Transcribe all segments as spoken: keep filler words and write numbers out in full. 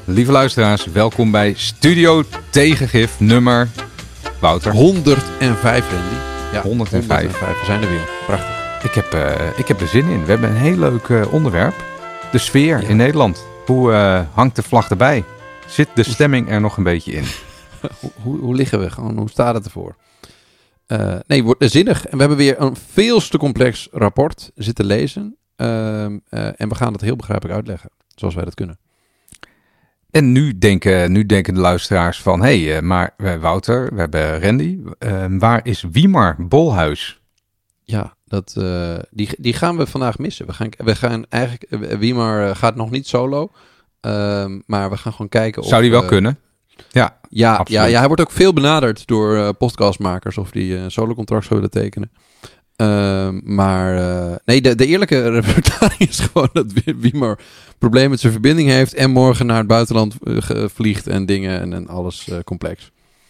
Lieve luisteraars, welkom bij Studio Tegengif nummer... Wouter? honderdvijf, Randy. Ja, honderdvijf. honderdvijf. We zijn er weer. Prachtig. Ik heb, uh, ik heb er zin in. We hebben een heel leuk uh, onderwerp. De sfeer ja. in Nederland. Hoe uh, hangt de vlag erbij? Zit de stemming er nog een beetje in? hoe, hoe, hoe liggen we? Gewoon, hoe staat het ervoor? Uh, nee, wordt zinnig. En we hebben weer een veel te complex rapport zitten lezen. Uh, uh, en we gaan het heel begrijpelijk uitleggen. Zoals wij dat kunnen. En nu denken, nu denken de luisteraars van... hé, hey, maar Wouter, we hebben Randy. Uh, waar is Wiemar Bolhuis? Ja, dat, uh, die, die gaan we vandaag missen. We gaan, we gaan eigenlijk... Uh, Wiemar gaat nog niet solo. Uh, maar we gaan gewoon kijken of... Zou die wel uh, kunnen? Ja, ja, ja, ja, hij wordt ook veel benaderd door uh, podcastmakers... of die uh, solo-contract willen tekenen. Uh, maar uh, nee, de, de eerlijke verklaring is gewoon dat Wiemar problemen met zijn verbinding heeft en morgen naar het buitenland uh, vliegt en dingen en, en alles uh, complex.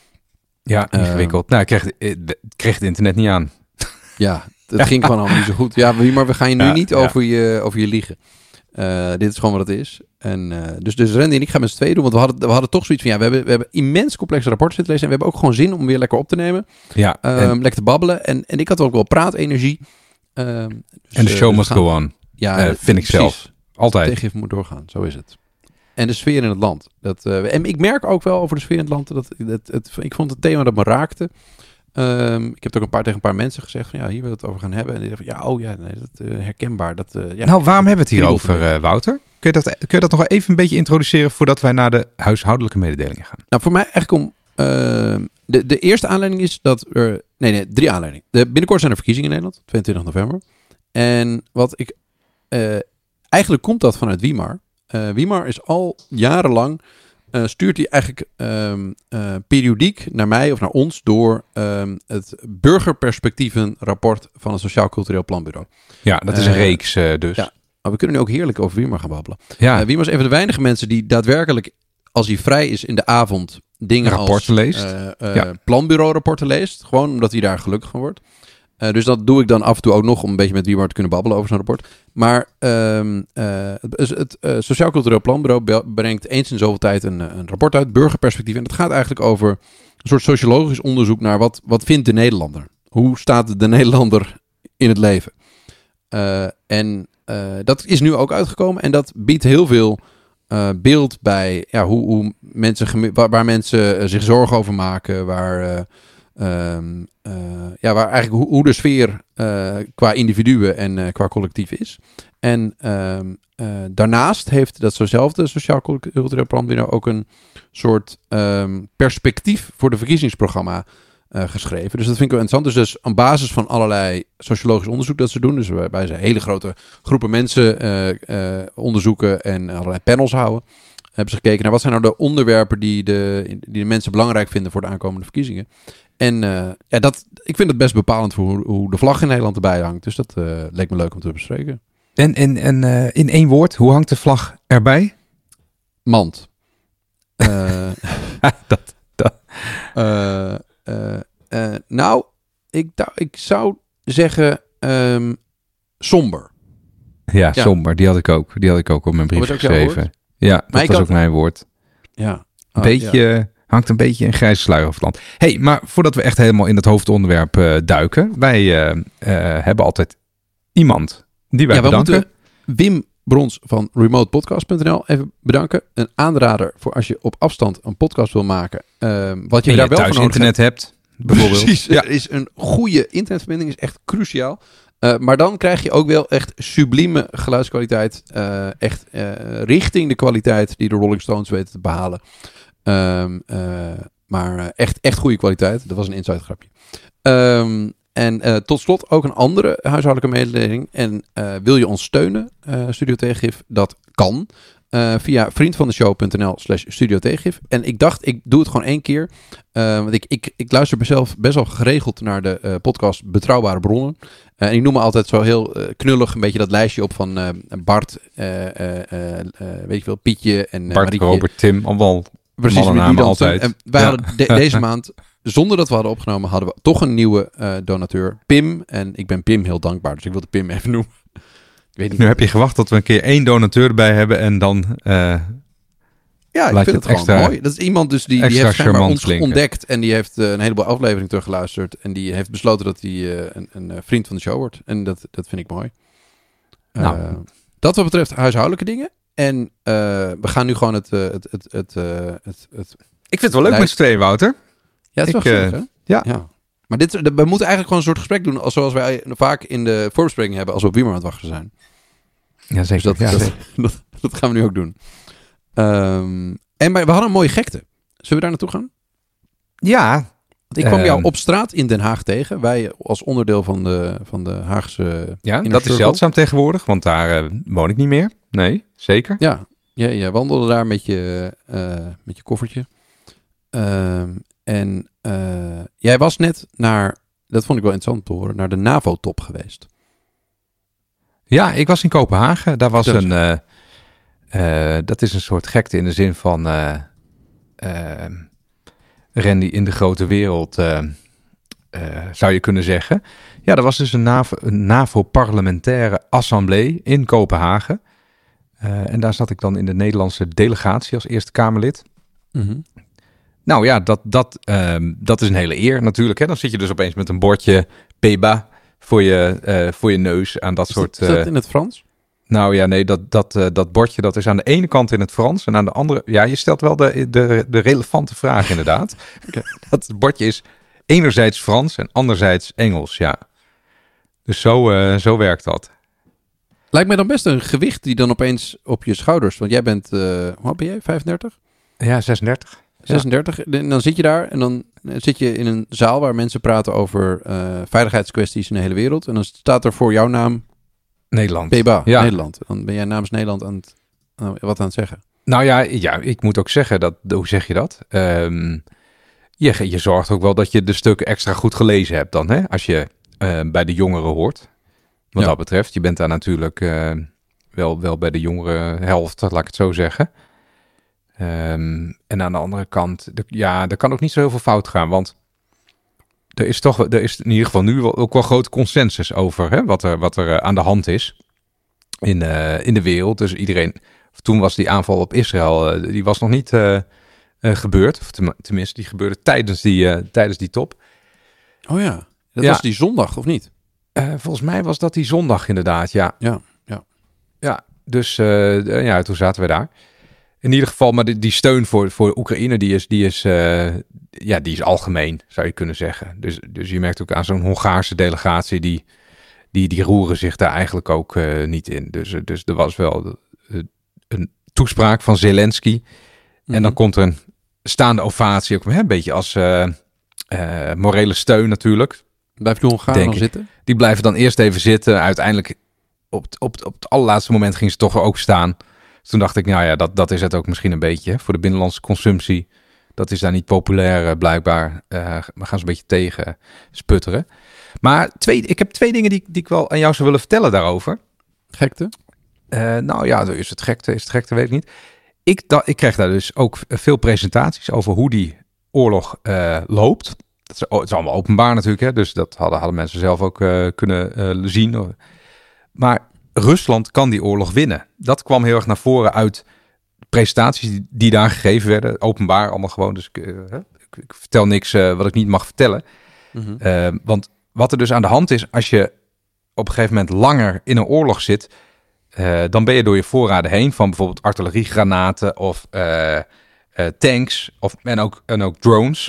Ja, ingewikkeld. Uh, nou, ik kreeg, ik kreeg het internet niet aan. Ja, het ging gewoon allemaal niet zo goed. Ja, Wiemar, we gaan je nu ja, niet ja. over, je, over je liegen. Uh, dit is gewoon wat het is. En, uh, dus, dus Randy en ik gaan met z'n tweeën doen. Want we hadden, we hadden toch zoiets van... ja, we hebben, we hebben immens complexe rapporten zitten lezen. En we hebben ook gewoon zin om weer lekker op te nemen. Ja, um, en, lekker te babbelen. En, en ik had ook wel praatenergie. Um, dus, en de show uh, must dus go on. Ja, uh, vind ik precies. zelf. Altijd. Tegengif moet doorgaan. Zo is het. En de sfeer in het land. Dat, uh, en ik merk ook wel over de sfeer in het land... dat, dat, het, het, ik vond het thema dat me raakte... Um, ik heb het ook een paar, tegen een paar mensen gezegd van ja, hier wil het over gaan hebben. En die zeiden van ja, oh ja, nee, dat uh, herkenbaar. Dat, uh, ja, nou, waarom hebben we het hier over, uh, Wouter? Kun je, dat, kun je dat nog even een beetje introduceren voordat wij naar de huishoudelijke mededelingen gaan? Nou, voor mij eigenlijk om... Uh, de, de eerste aanleiding is dat er... Nee, nee, drie aanleidingen. De, binnenkort zijn er verkiezingen in Nederland, tweeëntwintig november. En wat ik... Uh, eigenlijk komt dat vanuit Wiemar. Uh, Wiemar is al jarenlang... Uh, stuurt hij eigenlijk um, uh, periodiek naar mij of naar ons door um, het burgerperspectievenrapport van het Sociaal Cultureel Planbureau. Ja, dat is een uh, reeks uh, dus. Ja, maar we kunnen nu ook heerlijk over Wiemar gaan babbelen. Ja. Uh, Wiemar is een van de weinige mensen die daadwerkelijk, als hij vrij is in de avond, dingen rapporten als leest. Uh, uh, ja. planbureau-rapporten leest. Gewoon omdat hij daar gelukkig van wordt. Uh, dus dat doe ik dan af en toe ook nog om een beetje met Wiemar te kunnen babbelen over zo'n rapport. Maar um, uh, het, het uh, Sociaal Cultureel Planbureau brengt eens in zoveel tijd een, een rapport uit, burgerperspectief. En het gaat eigenlijk over een soort sociologisch onderzoek naar wat, wat vindt de Nederlander? Hoe staat de Nederlander in het leven? Uh, en uh, dat is nu ook uitgekomen en dat biedt heel veel uh, beeld bij ja, hoe, hoe mensen, waar, waar mensen uh, zich zorgen over maken, waar... Uh, Um, uh, ja, waar eigenlijk hoe, hoe de sfeer uh, qua individuen en uh, qua collectief is. En um, uh, daarnaast heeft datzelfde Sociaal Cultureel Planbureau ook een soort um, perspectief voor de verkiezingsprogramma uh, geschreven. Dus dat vind ik wel interessant. Dus, dus aan basis van allerlei sociologisch onderzoek dat ze doen, dus waarbij ze hele grote groepen mensen uh, uh, onderzoeken en allerlei panels houden, hebben ze gekeken naar wat zijn nou de onderwerpen die de, die de mensen belangrijk vinden voor de aankomende verkiezingen. En uh, ja, dat, ik vind het best bepalend voor hoe, hoe de vlag in Nederland erbij hangt. Dus dat uh, leek me leuk om te bespreken. En, en, en uh, in één woord, hoe hangt de vlag erbij? Mand. Uh, dat, dat. Uh, uh, uh, nou, ik, ik zou zeggen um, somber. Ja, ja, somber. Die had ik ook. Die had ik ook op mijn brief geschreven. Ja, dat maar was ook mijn woord. Ja. Een oh, beetje... Ja. Hangt een beetje een grijze sluier over het land. Hey, maar voordat we echt helemaal in het hoofdonderwerp uh, duiken. Wij uh, uh, hebben altijd iemand die wij ja, bedanken. We moeten Wim Brons van remotepodcast punt n l even bedanken. Een aanrader voor als je op afstand een podcast wil maken. Uh, wat je, en daar je wel thuis internet hebt. hebt bijvoorbeeld. Precies, ja. Er is een goede internetverbinding, is echt cruciaal. Uh, maar dan krijg je ook wel echt sublieme geluidskwaliteit. Uh, echt uh, richting de kwaliteit die de Rolling Stones weten te behalen. Um, uh, maar uh, echt, echt goede kwaliteit. Dat was een inside grapje. Um, en uh, tot slot ook een andere huishoudelijke mededeling. En uh, wil je ons steunen, uh, Studio Tegengif? Dat kan. Uh, via vriendvandeshow punt n l slash Studio Tegengif. En ik dacht, ik doe het gewoon één keer. Uh, want ik, ik, ik luister mezelf best wel geregeld naar de uh, podcast Betrouwbare Bronnen. Uh, en ik noem me altijd zo heel uh, knullig een beetje dat lijstje op van uh, Bart, uh, uh, uh, uh, weet je wel, Pietje en uh, Bart, Marietje. Robert, Tim, allemaal. Precies, met die altijd. En wij ja. hadden de, deze maand, zonder dat we hadden opgenomen, hadden we toch een nieuwe uh, donateur, Pim. En ik ben Pim heel dankbaar, dus ik wilde Pim even noemen. Ik weet niet nu heb je gewacht tot we een keer één donateur erbij hebben en dan uh, Ja, ik Laat vind je het het gewoon extra- mooi. Dat is iemand dus die, die extra heeft schijnbaar charmant ons klinken. ontdekt. En die heeft uh, een heleboel afleveringen teruggeluisterd. En die heeft besloten dat hij uh, een, een uh, vriend van de show wordt. En dat, dat vind ik mooi. Uh, Nou. Dat wat betreft huishoudelijke dingen. En uh, we gaan nu gewoon het... Uh, het, het, het, uh, het, het Ik vind het wel leuk lijst- met z'n tweeën, Wouter. Ja, het is Ik, wel gezellig, uh, hè? ja. ja. Maar dit, we moeten eigenlijk gewoon een soort gesprek doen... als- zoals wij vaak in de voorbespreking hebben... als we op Wiemer aan het wachten zijn. Ja, zeker. Dus dat, ja, dat, zeker. dat, dat gaan we nu ook doen. Um, en maar we hadden een mooie gekte. Zullen we daar naartoe gaan? ja, Want ik kwam jou Ehm. op straat in Den Haag tegen. Wij als onderdeel van de, van de Haagse... ja Inner dat Circle. is zeldzaam tegenwoordig, want daar uh, woon ik niet meer. Nee, zeker. Ja, jij, jij wandelde daar met je, uh, met je koffertje. Um, en uh, jij was net naar... Dat vond ik wel interessant te horen. Naar de NAVO-top geweest. Ja, ik was in Kopenhagen. Daar was Vertel een... Uh, uh, dat is een soort gekte in de zin van... Uh, uh, Randy in de grote wereld, uh, uh, zou je kunnen zeggen. Ja, er was dus een, NAVO, een NAVO-parlementaire assemblee in Kopenhagen. Uh, en daar zat ik dan in de Nederlandse delegatie als Eerste Kamerlid. Mm-hmm. Nou ja, dat, dat, uh, dat is een hele eer natuurlijk. Hè? Dan zit je dus opeens met een bordje Peba voor je, uh, voor je neus aan dat is soort... Dat, is dat in het Frans? Nou ja, nee, dat, dat, uh, dat bordje dat is aan de ene kant in het Frans en aan de andere... Ja, je stelt wel de, de, de relevante vraag inderdaad. Okay. Dat bordje is enerzijds Frans en anderzijds Engels, ja. Dus zo, uh, zo werkt dat. Lijkt mij dan best een gewicht die dan opeens op je schouders... Want jij bent, uh, hoe oud ben jij? vijfendertig? Ja, zesendertig. zesendertig. Ja. En dan zit je daar en dan zit je in een zaal waar mensen praten over uh, veiligheidskwesties in de hele wereld. En dan staat er voor jouw naam... Nederland. Peba, ja. Nederland. Dan ben jij namens Nederland aan het, uh, wat aan het zeggen. Nou ja, ja, ik moet ook zeggen, dat, hoe zeg je dat? Um, je, je zorgt ook wel dat je de stukken extra goed gelezen hebt dan, hè? Als je uh, bij de jongeren hoort. Wat ja. dat betreft. Je bent daar natuurlijk uh, wel, wel bij de jongere helft, laat ik het zo zeggen. Um, en aan de andere kant, de, ja, er kan ook niet zo heel veel fout gaan, want... Er is toch, er is in ieder geval nu wel, ook wel grote consensus over hè, wat er, wat er uh, aan de hand is in, uh, in de wereld. Dus iedereen, toen was die aanval op Israël, uh, die was nog niet uh, uh, gebeurd. Of ten, tenminste, die gebeurde tijdens die, uh, tijdens die top. Oh ja, dat ja. was die zondag, of niet? Uh, volgens mij was dat die zondag inderdaad, ja. Ja, ja. Ja, dus uh, ja, toen zaten we daar. In ieder geval, maar die, die steun voor, voor Oekraïne, die is, die, is, uh, ja, die is algemeen, zou je kunnen zeggen. Dus, dus je merkt ook aan zo'n Hongaarse delegatie, die, die, die roeren zich daar eigenlijk ook uh, niet in. Dus, dus er was wel uh, een toespraak van Zelensky. Mm-hmm. En dan komt er een staande ovatie, ook hè, een beetje als uh, uh, morele steun natuurlijk. Blijft de Hongaren dan zitten? Die blijven dan eerst even zitten. Uiteindelijk, op, op, op het allerlaatste moment ging ze toch ook staan. Toen dacht ik, nou ja, dat, dat is het ook misschien een beetje. Voor de binnenlandse consumptie. Dat is daar niet populair, uh, blijkbaar. Uh, we gaan ze een beetje tegen sputteren. Maar twee, ik heb twee dingen die, die ik wel aan jou zou willen vertellen daarover. Gekte? Uh, nou ja, is het gekte, is het gekte, weet ik niet. Ik, da, ik krijg daar dus ook veel presentaties over hoe die oorlog uh, loopt. Dat is, het is allemaal openbaar natuurlijk, hè, dus dat hadden, hadden mensen zelf ook uh, kunnen uh, zien. Maar Rusland kan die oorlog winnen. Dat kwam heel erg naar voren uit presentaties die, die daar gegeven werden. Openbaar allemaal gewoon. Dus ik, uh, ik, ik vertel niks uh, wat ik niet mag vertellen. Mm-hmm. Uh, want wat er dus aan de hand is, als je op een gegeven moment langer in een oorlog zit, uh, dan ben je door je voorraden heen van bijvoorbeeld artilleriegranaten of uh, uh, tanks of, en, ook, en ook drones.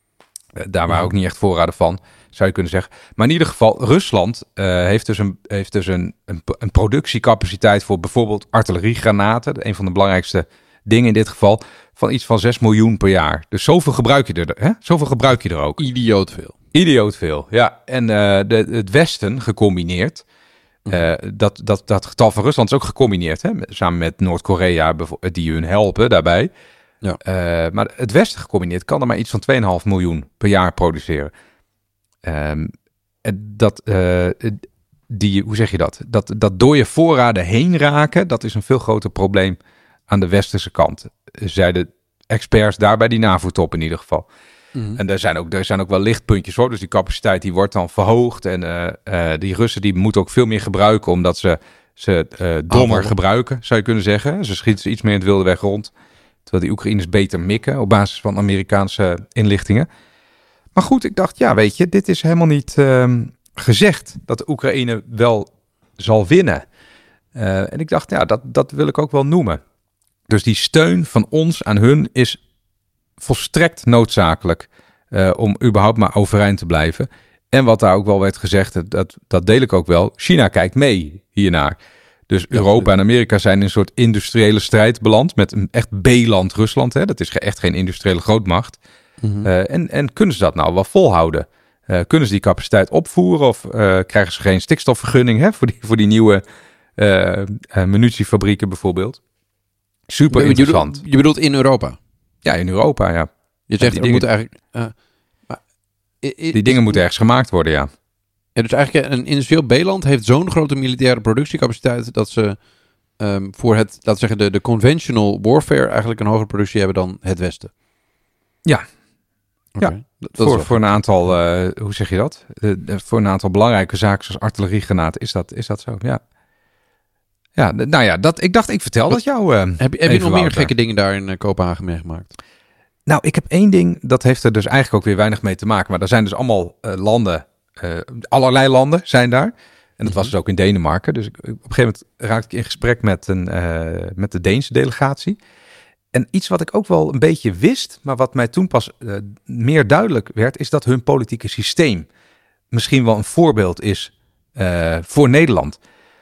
Uh, daar waren ook niet echt voorraden van, zou je kunnen zeggen. Maar in ieder geval, Rusland uh, heeft dus, een, heeft dus een, een, een productiecapaciteit voor bijvoorbeeld artilleriegranaten. Een van de belangrijkste dingen in dit geval, van iets van zes miljoen per jaar. Dus zoveel gebruik je er, hè? Zoveel gebruik je er ook. Idioot veel. Idioot veel, ja. En uh, de, het Westen gecombineerd, uh, dat, dat, dat getal van Rusland is ook gecombineerd, hè? Samen met Noord-Korea, die hun helpen daarbij. Ja. Uh, maar het Westen gecombineerd kan er maar iets van twee komma vijf miljoen per jaar produceren. Um, dat, uh, die, hoe zeg je dat? dat? Dat door je voorraden heen raken, dat is een veel groter probleem aan de westerse kant. Zeiden experts daar bij die NAVO-top in ieder geval. Mm-hmm. En er zijn, ook, er zijn ook wel lichtpuntjes hoor. Dus die capaciteit die wordt dan verhoogd. En uh, uh, die Russen die moeten ook veel meer gebruiken, omdat ze ze uh, dommer oh, gebruiken, zou je kunnen zeggen. Ze schieten ze iets meer in het wilde weg rond. Terwijl die Oekraïners beter mikken op basis van Amerikaanse inlichtingen. Maar goed, ik dacht, ja, weet je, dit is helemaal niet uh, gezegd dat de Oekraïne wel zal winnen. Uh, en ik dacht, ja, dat, dat wil ik ook wel noemen. Dus die steun van ons aan hun is volstrekt noodzakelijk uh, om überhaupt maar overeind te blijven. En wat daar ook wel werd gezegd, dat, dat deel ik ook wel. China kijkt mee hiernaar. Dus ja, Europa en Amerika zijn in een soort industriële strijd beland met een echt B-land Rusland. Hè? Dat is echt geen industriële grootmacht. Mm-hmm. Uh, en, en kunnen ze dat nou wel volhouden? Uh, kunnen ze die capaciteit opvoeren of uh, krijgen ze geen stikstofvergunning hè? Voor, die, voor die nieuwe uh, uh, munitiefabrieken bijvoorbeeld? Super interessant. Je bedoelt, je bedoelt in Europa? Ja, in Europa, ja. Je zegt, ja, die, dingen, eigenlijk, uh, maar, die is, dingen moeten ergens gemaakt worden, ja. Ja, dus eigenlijk een industrieel B-land heeft zo'n grote militaire productiecapaciteit dat ze um, voor het, laten we zeggen, de, de conventional warfare eigenlijk een hogere productie hebben dan het Westen. Ja. Okay. Ja, dat, dat voor, voor een aantal, uh, hoe zeg je dat? Uh, voor een aantal belangrijke zaken zoals artilleriegranaten is dat, is dat zo, ja. Ja, nou ja, dat, ik dacht, ik vertel Wat, dat jou. Uh, heb heb je nog meer gekke dingen daar in uh, Kopenhagen meegemaakt? Nou, ik heb één ding, dat heeft er dus eigenlijk ook weer weinig mee te maken. Maar er zijn dus allemaal uh, landen, uh, allerlei landen zijn daar. En dat mm-hmm. was dus ook in Denemarken. Dus ik, op een gegeven moment raakte ik in gesprek met, een, uh, met de Deense delegatie. En iets wat ik ook wel een beetje wist, maar wat mij toen pas uh, meer duidelijk werd, is dat hun politieke systeem misschien wel een voorbeeld is uh, voor Nederland.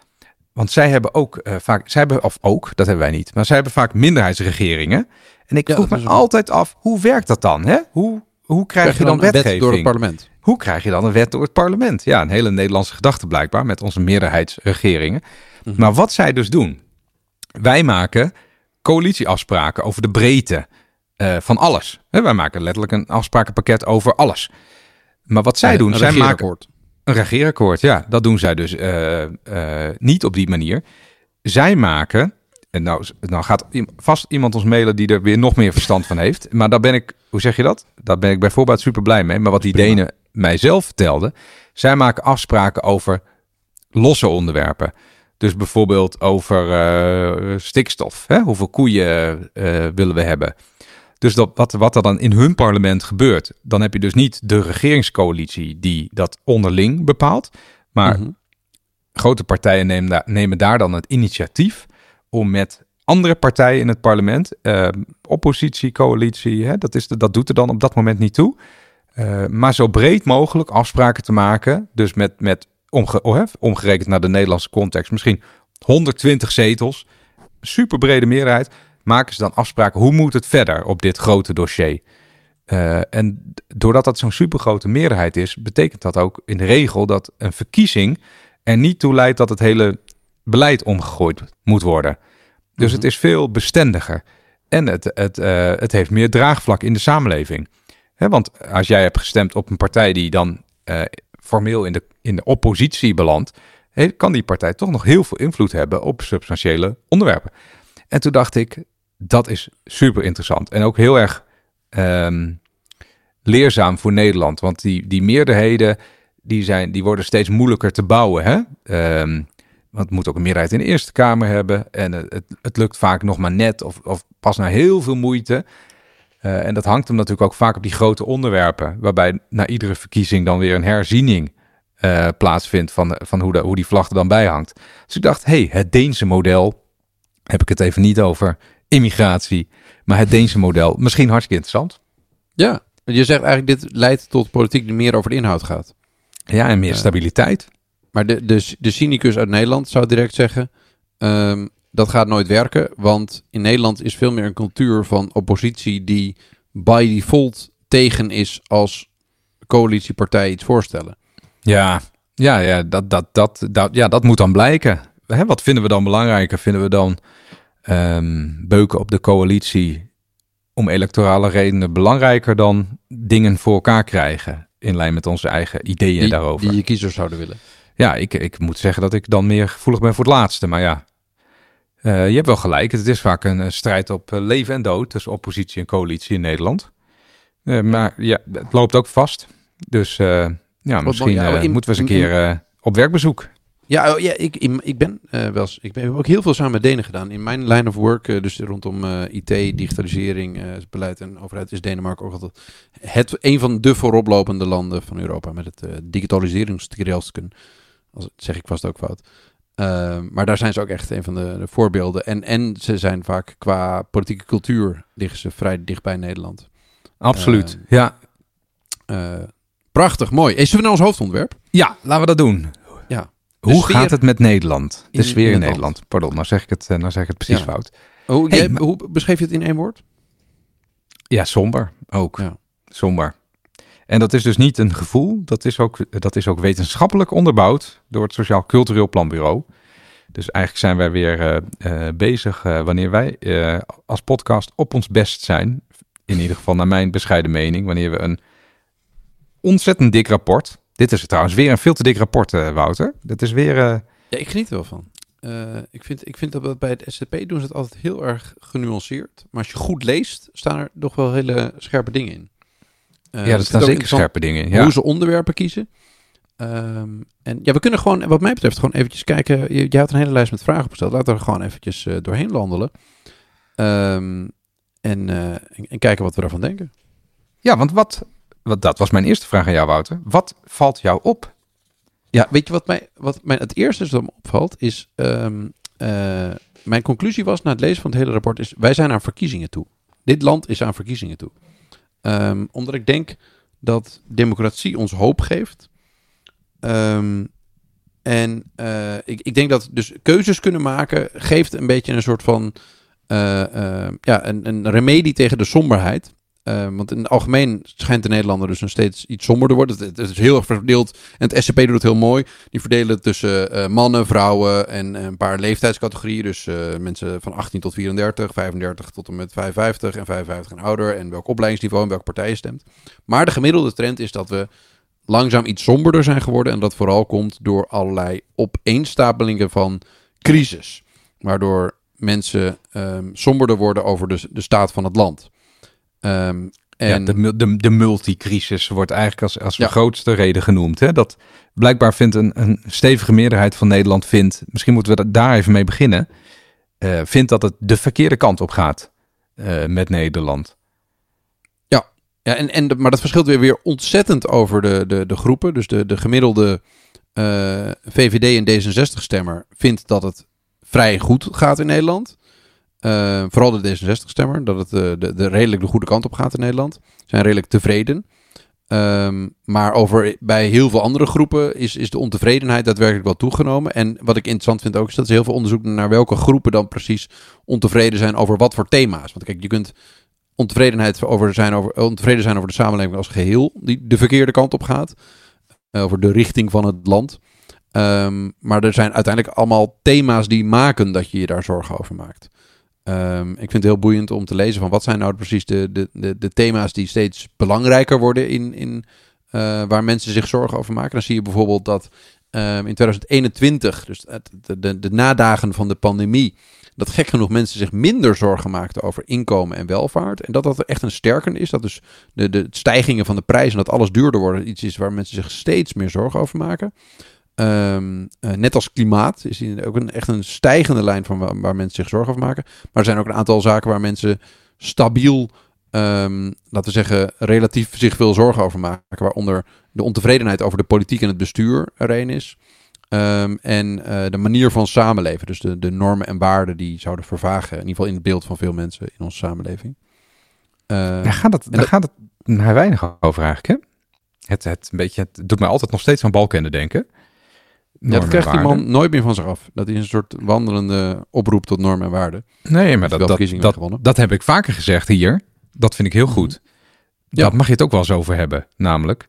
Want zij hebben ook uh, vaak, zij hebben, of ook, dat hebben wij niet, maar zij hebben vaak minderheidsregeringen. En ik vroeg ja, me altijd af, hoe werkt dat dan? Hè? Hoe, hoe krijg, krijg je dan, dan wetgeving? Wet door het parlement? Hoe krijg je dan een wet door het parlement? Ja, een hele Nederlandse gedachte blijkbaar met onze meerderheidsregeringen. Mm-hmm. Maar wat zij dus doen, wij maken coalitieafspraken over de breedte uh, van alles. He, wij maken letterlijk een afsprakenpakket over alles. Maar wat zij ja, doen, zij maken een regeerakkoord. Ja, dat doen zij dus uh, uh, niet op die manier. Zij maken, en nou, nou gaat vast iemand ons mailen die er weer nog meer verstand van heeft. Maar daar ben ik, hoe zeg je dat? Daar ben ik bijvoorbeeld super blij mee. Maar wat die Denen mijzelf vertelden, zij maken afspraken over losse onderwerpen. Dus bijvoorbeeld over uh, stikstof. Hè? Hoeveel koeien uh, willen we hebben? Dus dat, wat, wat er dan in hun parlement gebeurt, dan heb je dus niet de regeringscoalitie die dat onderling bepaalt. Maar mm-hmm. grote partijen nemen daar, nemen daar dan het initiatief om met andere partijen in het parlement, uh, oppositie, coalitie, hè, dat, is de, dat doet er dan op dat moment niet toe. Uh, maar zo breed mogelijk afspraken te maken. Dus met, met omge, oh, hè, omgerekend naar de Nederlandse context, misschien honderdtwintig zetels, super brede meerderheid. Maken ze dan afspraken, hoe moet het verder op dit grote dossier? Uh, en doordat dat zo'n supergrote meerderheid is, betekent dat ook in de regel dat een verkiezing er niet toe leidt dat het hele beleid omgegooid moet worden. Dus mm-hmm. het is veel bestendiger. En het, het, uh, het heeft meer draagvlak in de samenleving. Hè, want als jij hebt gestemd op een partij die dan uh, formeel in de, in de oppositie belandt, he, kan die partij toch nog heel veel invloed hebben op substantiële onderwerpen. En toen dacht ik, dat is super interessant. En ook heel erg um, leerzaam voor Nederland. Want die, die meerderheden, die, zijn, die worden steeds moeilijker te bouwen. Hè? Um, want het moet ook een meerderheid in de Eerste Kamer hebben. En het, het lukt vaak nog maar net of, of pas na heel veel moeite. Uh, en dat hangt hem natuurlijk ook vaak op die grote onderwerpen. Waarbij na iedere verkiezing dan weer een herziening uh, plaatsvindt van, van hoe, de, hoe die vlag er dan bij hangt. Dus ik dacht, hé, hey, het Deense model, heb ik het even niet over immigratie, maar het Deense model, misschien hartstikke interessant. Ja, je zegt eigenlijk dit leidt tot politiek die meer over de inhoud gaat. Ja, en meer uh, stabiliteit. Maar de, de, de cynicus uit Nederland zou direct zeggen, um, dat gaat nooit werken, want in Nederland is veel meer een cultuur van oppositie die by default tegen is als coalitiepartijen iets voorstellen. Ja, ja, ja, dat, dat, dat, dat, ja, dat moet dan blijken. Hè, wat vinden we dan belangrijker? Vinden we dan um, beuken op de coalitie om electorale redenen belangrijker dan dingen voor elkaar krijgen in lijn met onze eigen ideeën die, daarover? Die je kiezers zouden willen. Ja, ik, ik moet zeggen dat ik dan meer gevoelig ben voor het laatste. Maar ja, uh, je hebt wel gelijk. Het is vaak een, een strijd op uh, leven en dood tussen oppositie en coalitie in Nederland. Uh, maar ja, het loopt ook vast. Dus uh, ja, misschien uh, moeten we eens een keer uh, op werkbezoek. Ja, oh, ja ik, ik ben uh, wel eens, ik heb ook heel veel samen met Denen gedaan. In mijn line of work, uh, dus rondom uh, I T, digitalisering, uh, beleid en overheid, is Denemarken ook altijd het, een van de vooroplopende landen van Europa met het uh, digitaliseringstrelsken. Dat zeg ik vast ook fout. Uh, maar daar zijn ze ook echt een van de, de voorbeelden. En, en ze zijn vaak qua politieke cultuur liggen ze vrij dicht bij Nederland. Absoluut, uh, ja. Uh, prachtig, mooi. Hey, zullen we naar ons hoofdonderwerp? Ja, laten we dat doen. Ja. Hoe gaat het met Nederland? De in, sfeer in, in Nederland. Land. Pardon, nou zeg ik het, nou zeg ik het precies ja. fout. Hoe, hey, jij, maar... hoe beschreef je het in één woord? Ja, somber ook. Ja. Somber. En dat is dus niet een gevoel. Dat is ook, dat is ook wetenschappelijk onderbouwd door het Sociaal Cultureel Planbureau. Dus eigenlijk zijn wij weer uh, uh, bezig uh, wanneer wij uh, als podcast op ons best zijn. In ieder geval naar mijn bescheiden mening. Wanneer we een ontzettend dik rapport. Dit is trouwens weer een veel te dik rapport, uh, Wouter. Dat is weer... Uh... Ja, ik geniet er wel van. Uh, ik, vind, ik vind dat bij het S C P doen ze het altijd heel erg genuanceerd. Maar als je goed leest, staan er toch wel hele scherpe dingen in. Uh, ja, er staan zeker scherpe dingen in. Ja. Hoe ze onderwerpen kiezen. Um, en ja, we kunnen gewoon, wat mij betreft, gewoon eventjes kijken. Je, je had een hele lijst met vragen opgesteld. Laten we er gewoon eventjes uh, doorheen landelen. Um, en, uh, en, en kijken wat we daarvan denken. Ja, want wat, wat... Dat was mijn eerste vraag aan jou, Wouter. Wat valt jou op? Ja, weet je wat mij, wat mij het eerste is wat me opvalt, is... Um, uh, mijn conclusie was na het lezen van het hele rapport is... Wij zijn aan verkiezingen toe. Dit land is aan verkiezingen toe. Um, omdat ik denk dat democratie ons hoop geeft. Um, en uh, ik, ik denk dat dus keuzes kunnen maken... geeft een beetje een soort van... Uh, uh, ja, een, een remedie tegen de somberheid... Uh, want in het algemeen schijnt de Nederlander dus nog steeds iets somberder worden. Het, het is heel erg verdeeld. En het S C P doet het heel mooi. Die verdelen het tussen uh, mannen, vrouwen en een paar leeftijdscategorieën. Dus uh, mensen van achttien tot vierendertig, vijfendertig tot en met vijfenvijftig en vijfenvijftig en ouder. En welk opleidingsniveau en welke partij je stemt. Maar de gemiddelde trend is dat we langzaam iets somberder zijn geworden. En dat vooral komt door allerlei opeenstapelingen van crisis. Waardoor mensen um, somberder worden over de, de staat van het land. Um, en... Ja, de, de, de multicrisis wordt eigenlijk als, als de ja. grootste reden genoemd. Hè? Dat blijkbaar vindt een, een stevige meerderheid van Nederland vindt, misschien moeten we daar even mee beginnen, uh, vindt dat het de verkeerde kant op gaat uh, met Nederland. Ja, ja en, en de, maar dat verschilt weer, weer ontzettend over de, de, de groepen. Dus de, de gemiddelde uh, V V D en D zesenzestig-stemmer vindt dat het vrij goed gaat in Nederland. Uh, vooral de D zesenzestig-stemmer, dat het uh, de, de redelijk de goede kant op gaat in Nederland. Zijn redelijk tevreden. Um, maar over, bij heel veel andere groepen is, is de ontevredenheid daadwerkelijk wel toegenomen. En wat ik interessant vind ook, is dat er heel veel onderzoek naar welke groepen dan precies ontevreden zijn over wat voor thema's. Want kijk, je kunt ontevredenheid over zijn over, ontevreden zijn over de samenleving als geheel, die de verkeerde kant op gaat. Uh, over de richting van het land. Um, maar er zijn uiteindelijk allemaal thema's die maken dat je je daar zorgen over maakt. Um, ik vind het heel boeiend om te lezen van wat zijn nou precies de, de, de, de thema's die steeds belangrijker worden in, in uh, waar mensen zich zorgen over maken. Dan zie je bijvoorbeeld dat um, in twintig eenentwintig, dus de, de, de nadagen van de pandemie, dat gek genoeg mensen zich minder zorgen maakten over inkomen en welvaart. En dat dat echt een sterker is. Dat dus de, de stijgingen van de prijzen, dat alles duurder wordt, iets is waar mensen zich steeds meer zorgen over maken. Um, uh, net als klimaat is hier ook een, echt een stijgende lijn van waar, waar mensen zich zorgen over maken. Maar er zijn ook een aantal zaken waar mensen stabiel, um, laten we zeggen, relatief zich veel zorgen over maken. Waaronder de ontevredenheid over de politiek en het bestuur er een is. Um, en uh, de manier van samenleven. Dus de, de normen en waarden die zouden vervagen. In ieder geval in het beeld van veel mensen in onze samenleving. Uh, daar gaat het, daar dat... gaat het maar weinig over eigenlijk, hè? Het, het, een beetje, het doet mij altijd nog steeds aan Balkenende denken. Ja, dat krijgt die man nooit meer van zich af. Dat is een soort wandelende oproep tot normen en waarden. Nee, maar dat, dat, dat, dat heb ik vaker gezegd hier. Dat vind ik heel goed. Ja. Dat mag je het ook wel eens over hebben, namelijk.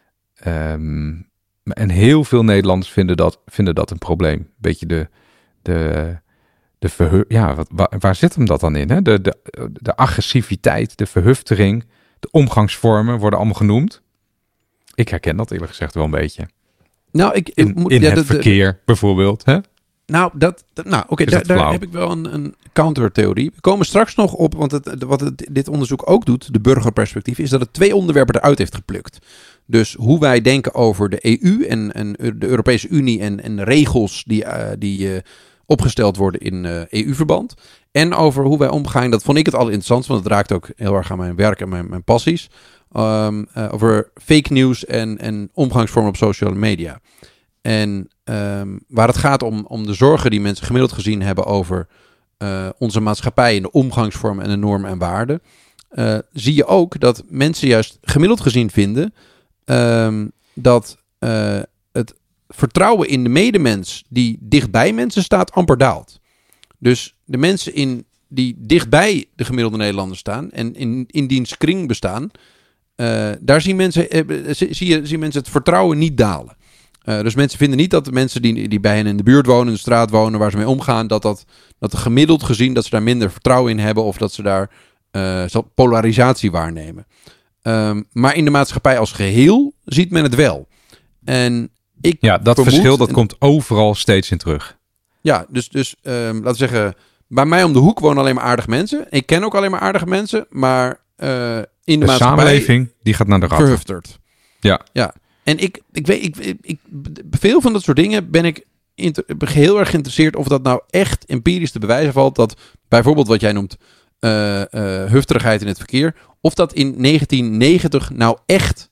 Um, en heel veel Nederlanders vinden dat, vinden dat een probleem. Beetje de, de, de verhu- ja, wat, waar, waar zit hem dat dan in? Hè? De, de, de agressiviteit, de verhuftering, de omgangsvormen worden allemaal genoemd. Ik herken dat eerlijk gezegd wel een beetje. Nou, ik, ik in, moet, in ja, het de, verkeer de, bijvoorbeeld, hè? Nou, dat, dat, nou oké, Is daar, dat daar flauw? heb ik wel een, een countertheorie. We komen straks nog op, want het, wat het, dit onderzoek ook doet, de burgerperspectief, is dat het twee onderwerpen eruit heeft geplukt. Dus hoe wij denken over de E U en, en de Europese Unie en, en regels die, uh, die uh, opgesteld worden in uh, E U-verband. En over hoe wij omgaan, dat vond ik het al interessant, want het raakt ook heel erg aan mijn werk en mijn, mijn passies. Um, uh, over fake news en, en omgangsvormen op social media. En um, waar het gaat om, om de zorgen die mensen gemiddeld gezien hebben over uh, onze maatschappij en de omgangsvormen en de normen en waarden, uh, zie je ook dat mensen juist gemiddeld gezien vinden um, dat uh, het vertrouwen in de medemens die dichtbij mensen staat amper daalt. Dus de mensen in, die dichtbij de gemiddelde Nederlander staan en in, in diens kring bestaan, uh, daar zien mensen, uh, zie je, zien mensen het vertrouwen niet dalen. Uh, dus mensen vinden niet dat de mensen die, die bij hen in de buurt wonen, in de straat wonen, waar ze mee omgaan, dat dat, dat gemiddeld gezien dat ze daar minder vertrouwen in hebben of dat ze daar uh, polarisatie waarnemen. Um, maar in de maatschappij als geheel ziet men het wel. En ik Ja, dat vermoed, verschil dat en, komt overal steeds in terug. Ja, dus, dus um, laten we zeggen, bij mij om de hoek wonen alleen maar aardige mensen. Ik ken ook alleen maar aardige mensen, maar uh, in de, De maatschappij samenleving, die gaat naar de ratten. verhufterd. Ja. Ja. En ik, ik weet, ik, ik, ik, veel van dat soort dingen ben ik inter, heel erg geïnteresseerd of dat nou echt empirisch te bewijzen valt. Dat bijvoorbeeld wat jij noemt uh, uh, hufterigheid in het verkeer, of dat in negentien negentig nou echt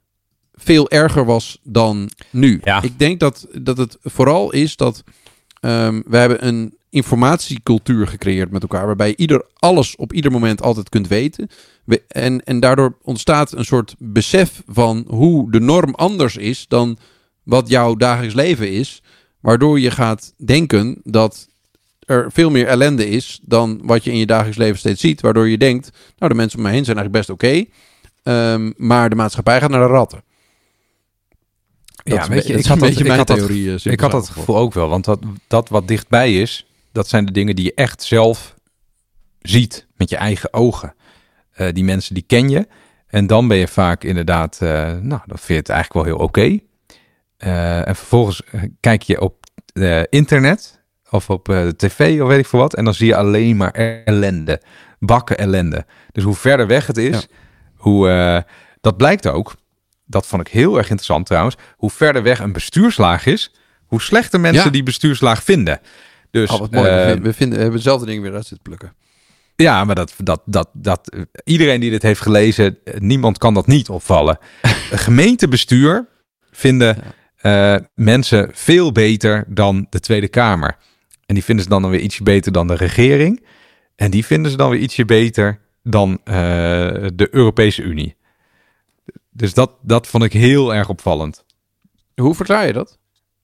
veel erger was dan nu. Ja. Ik denk dat, dat het vooral is dat um, we hebben een informatiecultuur gecreëerd met elkaar, waarbij je ieder alles op ieder moment altijd kunt weten. We, en, en daardoor ontstaat een soort besef van hoe de norm anders is dan wat jouw dagelijks leven is, waardoor je gaat denken dat er veel meer ellende is dan wat je in je dagelijks leven steeds ziet, waardoor je denkt, nou, de mensen om mij heen zijn eigenlijk best oké, okay, um, maar de maatschappij gaat naar de ratten. Dat Ja, is, weet je, dat ik is een had, beetje dat, mijn ik had theorie. dat, ik had dat gevoel ook wel, want dat, dat wat dichtbij is, dat zijn de dingen die je echt zelf ziet met je eigen ogen. Uh, die mensen die ken je en dan ben je vaak inderdaad, uh, nou, dan vind je het eigenlijk wel heel oké. Okay. Uh, en vervolgens kijk je op uh, internet of op uh, de tv of weet ik veel wat en dan zie je alleen maar ellende, bakken ellende. Dus hoe verder weg het is, ja. hoe uh, dat blijkt ook. Dat vond ik heel erg interessant trouwens. Hoe verder weg een bestuurslaag is, hoe slechter mensen ja. die bestuurslaag vinden. Dus, oh, wat mooi. Uh, we, vinden, we hebben dezelfde dingen weer uit zitten plukken. Ja, maar dat, dat, dat, dat, iedereen die dit heeft gelezen, niemand kan dat niet opvallen. Gemeentebestuur vinden ja. uh, mensen veel beter dan de Tweede Kamer. En die vinden ze dan, dan weer ietsje beter dan de regering. En die vinden ze dan weer ietsje beter dan uh, de Europese Unie. Dus dat, dat vond ik heel erg opvallend. Hoe verklaar je dat?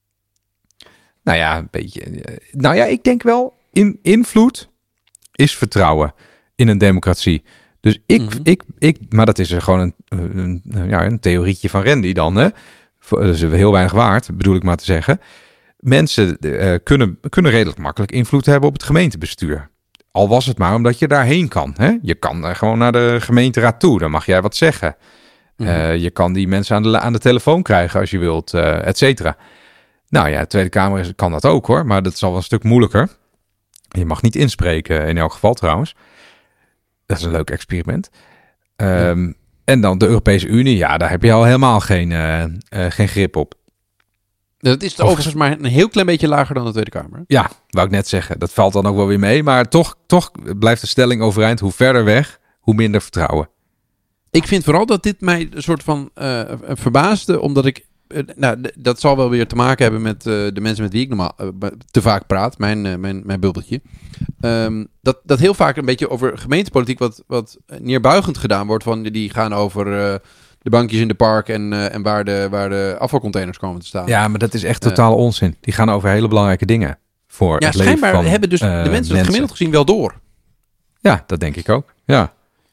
Nou ja, een beetje. Nou ja, ik denk wel, in, invloed is vertrouwen in een democratie. Dus ik, mm-hmm. ik, ik maar dat is er gewoon een, een, een, ja, een theorietje van Randy dan. Hè? Dat is heel weinig waard, bedoel ik maar te zeggen. Mensen uh, kunnen, kunnen redelijk makkelijk invloed hebben op het gemeentebestuur. Al was het maar omdat je daarheen kan. Hè? Je kan uh, gewoon naar de gemeenteraad toe, dan mag jij wat zeggen. Mm-hmm. Uh, je kan die mensen aan de, aan de telefoon krijgen als je wilt, uh, et cetera. Nou ja, de Tweede Kamer kan dat ook hoor, maar dat is al wel een stuk moeilijker. Je mag niet inspreken in elk geval trouwens. Dat is een leuk experiment. Um, ja. En dan de Europese Unie, ja, daar heb je al helemaal geen, uh, uh, geen grip op. Dat is of, overigens maar een heel klein beetje lager dan de Tweede Kamer. Ja, wou ik net zeggen. Dat valt dan ook wel weer mee. Maar toch, toch blijft de stelling overeind. Hoe verder weg, hoe minder vertrouwen. Ik vind vooral dat dit mij een soort van uh, verbaasde, omdat ik... Uh, nou, d- dat zal wel weer te maken hebben met uh, de mensen met wie ik normaal uh, te vaak praat. Mijn, uh, mijn, mijn bubbeltje. Um, dat, dat heel vaak een beetje over gemeentepolitiek wat, wat neerbuigend gedaan wordt. Van, die gaan over uh, de bankjes in de park en, uh, en waar, de, waar de afvalcontainers komen te staan. Ja, maar dat is echt totaal uh, onzin. Die gaan over hele belangrijke dingen. Voor ja, het leven schijnbaar van, hebben dus uh, de mensen, mensen het gemiddeld gezien wel door. Ja, dat denk ik ook. Ja.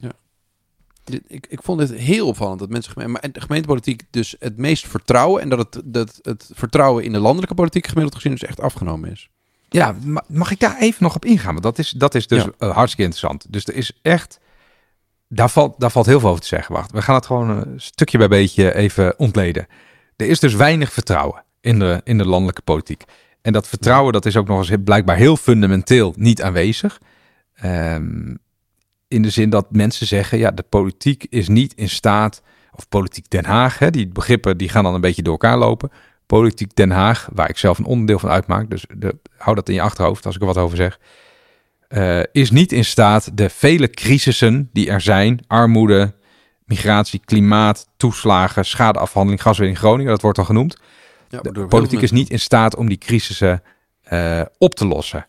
Ik, ik vond het heel opvallend dat mensen maar de gemeentepolitiek dus het meest vertrouwen en dat het, dat het vertrouwen in de landelijke politiek gemiddeld gezien dus echt afgenomen is. Ja, mag ik daar even nog op ingaan? Want dat is, dat is dus ja. uh, hartstikke interessant. Dus er is echt, daar valt, daar valt heel veel over te zeggen. Wacht, we gaan het gewoon een stukje bij beetje even ontleden. Er is dus weinig vertrouwen in de, in de landelijke politiek. En dat vertrouwen, dat is ook nog eens blijkbaar heel fundamenteel niet aanwezig. Um, in de zin dat mensen zeggen, ja, de politiek is niet in staat, of politiek Den Haag, hè, die begrippen die gaan dan een beetje door elkaar lopen. Politiek Den Haag, waar ik zelf een onderdeel van uitmaak, dus de, hou dat in je achterhoofd als ik er wat over zeg, uh, is niet in staat de vele crisissen die er zijn, armoede, migratie, klimaat, toeslagen, schadeafhandeling, gaswinning Groningen, dat wordt al genoemd. Ja, de politiek is niet in staat om die crisissen uh, op te lossen.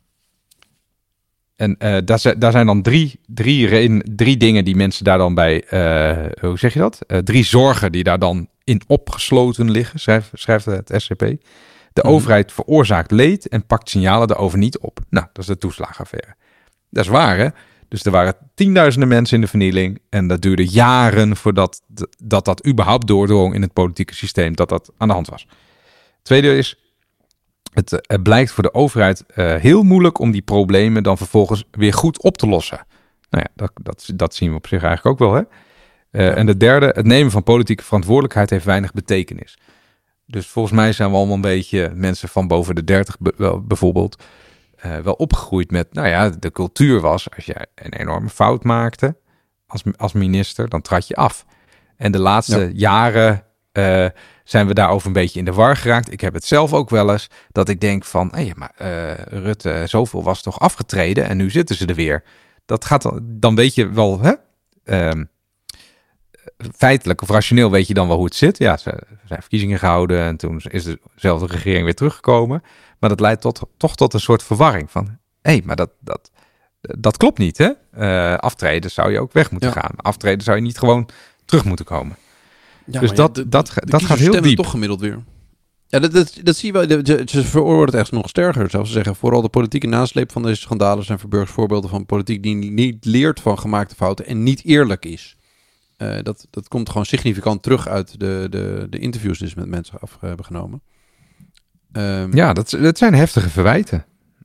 En uh, daar, daar zijn dan drie, drie, reden, drie dingen die mensen daar dan bij, uh, hoe zeg je dat? Uh, drie zorgen die daar dan in opgesloten liggen, schrijft, schrijft het S C P. De hmm. overheid veroorzaakt leed en pakt signalen daarover niet op. Nou, dat is de toeslagenaffaire. Dat is waar, hè? Dus er waren tienduizenden mensen in de vernieling en dat duurde jaren voordat dat, dat überhaupt doordrong in het politieke systeem, dat dat aan de hand was. Tweede is, het, het blijkt voor de overheid uh, heel moeilijk om die problemen dan vervolgens weer goed op te lossen. Nou ja, dat, dat, dat zien we op zich eigenlijk ook wel, hè? Uh, en de derde, het nemen van politieke verantwoordelijkheid heeft weinig betekenis. Dus volgens mij zijn we allemaal een beetje mensen van boven de dertig be- bijvoorbeeld uh, wel opgegroeid met, nou ja, de cultuur was, als jij een enorme fout maakte als, als minister, dan trad je af. En de laatste ja. jaren uh, zijn we daarover een beetje in de war geraakt. Ik heb het zelf ook wel eens, dat ik denk van, hé, hey, maar uh, Rutte, zoveel was toch afgetreden en nu zitten ze er weer. Dat gaat dan, dan weet je wel, hè? Um, feitelijk of rationeel weet je dan wel hoe het zit. Ja, ze zijn verkiezingen gehouden en toen is dezelfde regering weer teruggekomen. Maar dat leidt tot, toch tot een soort verwarring van, hé, hey, maar dat, dat, dat klopt niet, hè? Uh, aftreden zou je ook weg moeten ja. gaan. Aftreden zou je niet gewoon terug moeten komen. Ja, dus dat, ja, de, dat, de, de dat gaat heel diep. Toch gemiddeld weer. Ja, dat, dat, dat zie je wel. Ze veroordelen het echt nog sterker. Zelfs ze zeggen, vooral de politieke nasleep van deze schandalen zijn verburgd voorbeelden van politiek die niet leert van gemaakte fouten en niet eerlijk is. Uh, dat, dat komt gewoon significant terug uit de, de, de interviews die ze met mensen af hebben genomen. Um, ja, dat, dat zijn heftige verwijten.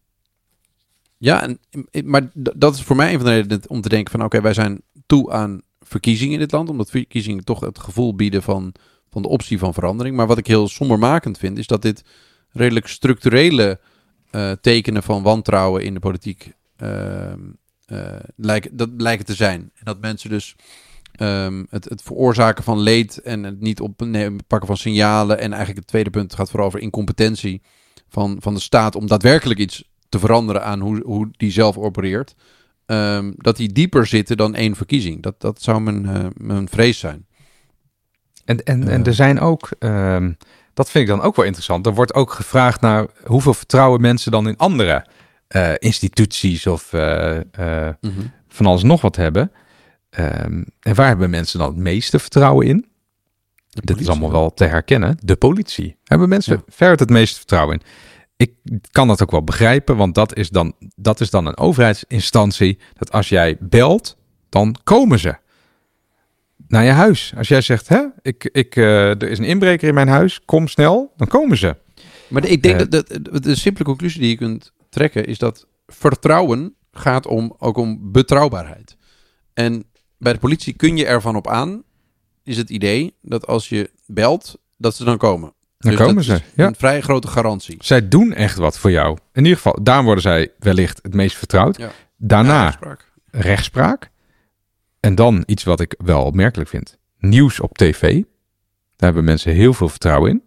Ja, en, maar dat is voor mij een van de redenen om te denken van, oké, okay, wij zijn toe aan verkiezingen in dit land, omdat verkiezingen toch het gevoel bieden van, van de optie van verandering. Maar wat ik heel sombermakend vind, is dat dit redelijk structurele uh, tekenen van wantrouwen in de politiek uh, uh, lijken, dat lijken te zijn. En dat mensen dus Um, het, het veroorzaken van leed en het niet oppakken van signalen. En eigenlijk het tweede punt gaat vooral over incompetentie van, van de staat om daadwerkelijk iets te veranderen aan hoe, hoe die zelf opereert. Um, dat die dieper zitten dan één verkiezing. Dat, dat zou mijn, uh, mijn vrees zijn. En, en, uh, en er zijn ook, um, dat vind ik dan ook wel interessant. Er wordt ook gevraagd naar hoeveel vertrouwen mensen dan in andere uh, instituties of uh, uh, mm-hmm. van alles nog wat hebben. Um, en waar hebben mensen dan het meeste vertrouwen in? Dat is allemaal wel te herkennen. De politie. Hebben mensen ja. ver het meeste vertrouwen in? Ik kan dat ook wel begrijpen, want dat is dan, dat is dan een overheidsinstantie. Dat als jij belt, dan komen ze naar je huis. Als jij zegt, hè, ik, ik, uh, er is een inbreker in mijn huis, kom snel, dan komen ze. Maar de, ik denk uh, dat de, de simpele conclusie die je kunt trekken is dat vertrouwen gaat om, ook om betrouwbaarheid. En bij de politie kun je ervan op aan, is het idee dat als je belt, dat ze dan komen. Dan dus komen dat ze, is ja. Een vrij grote garantie. Zij doen echt wat voor jou. In ieder geval, daar worden zij wellicht het meest vertrouwd. Ja. Daarna ja, rechtspraak. rechtspraak. En dan iets wat ik wel opmerkelijk vind. Nieuws op tv. Daar hebben mensen heel veel vertrouwen in.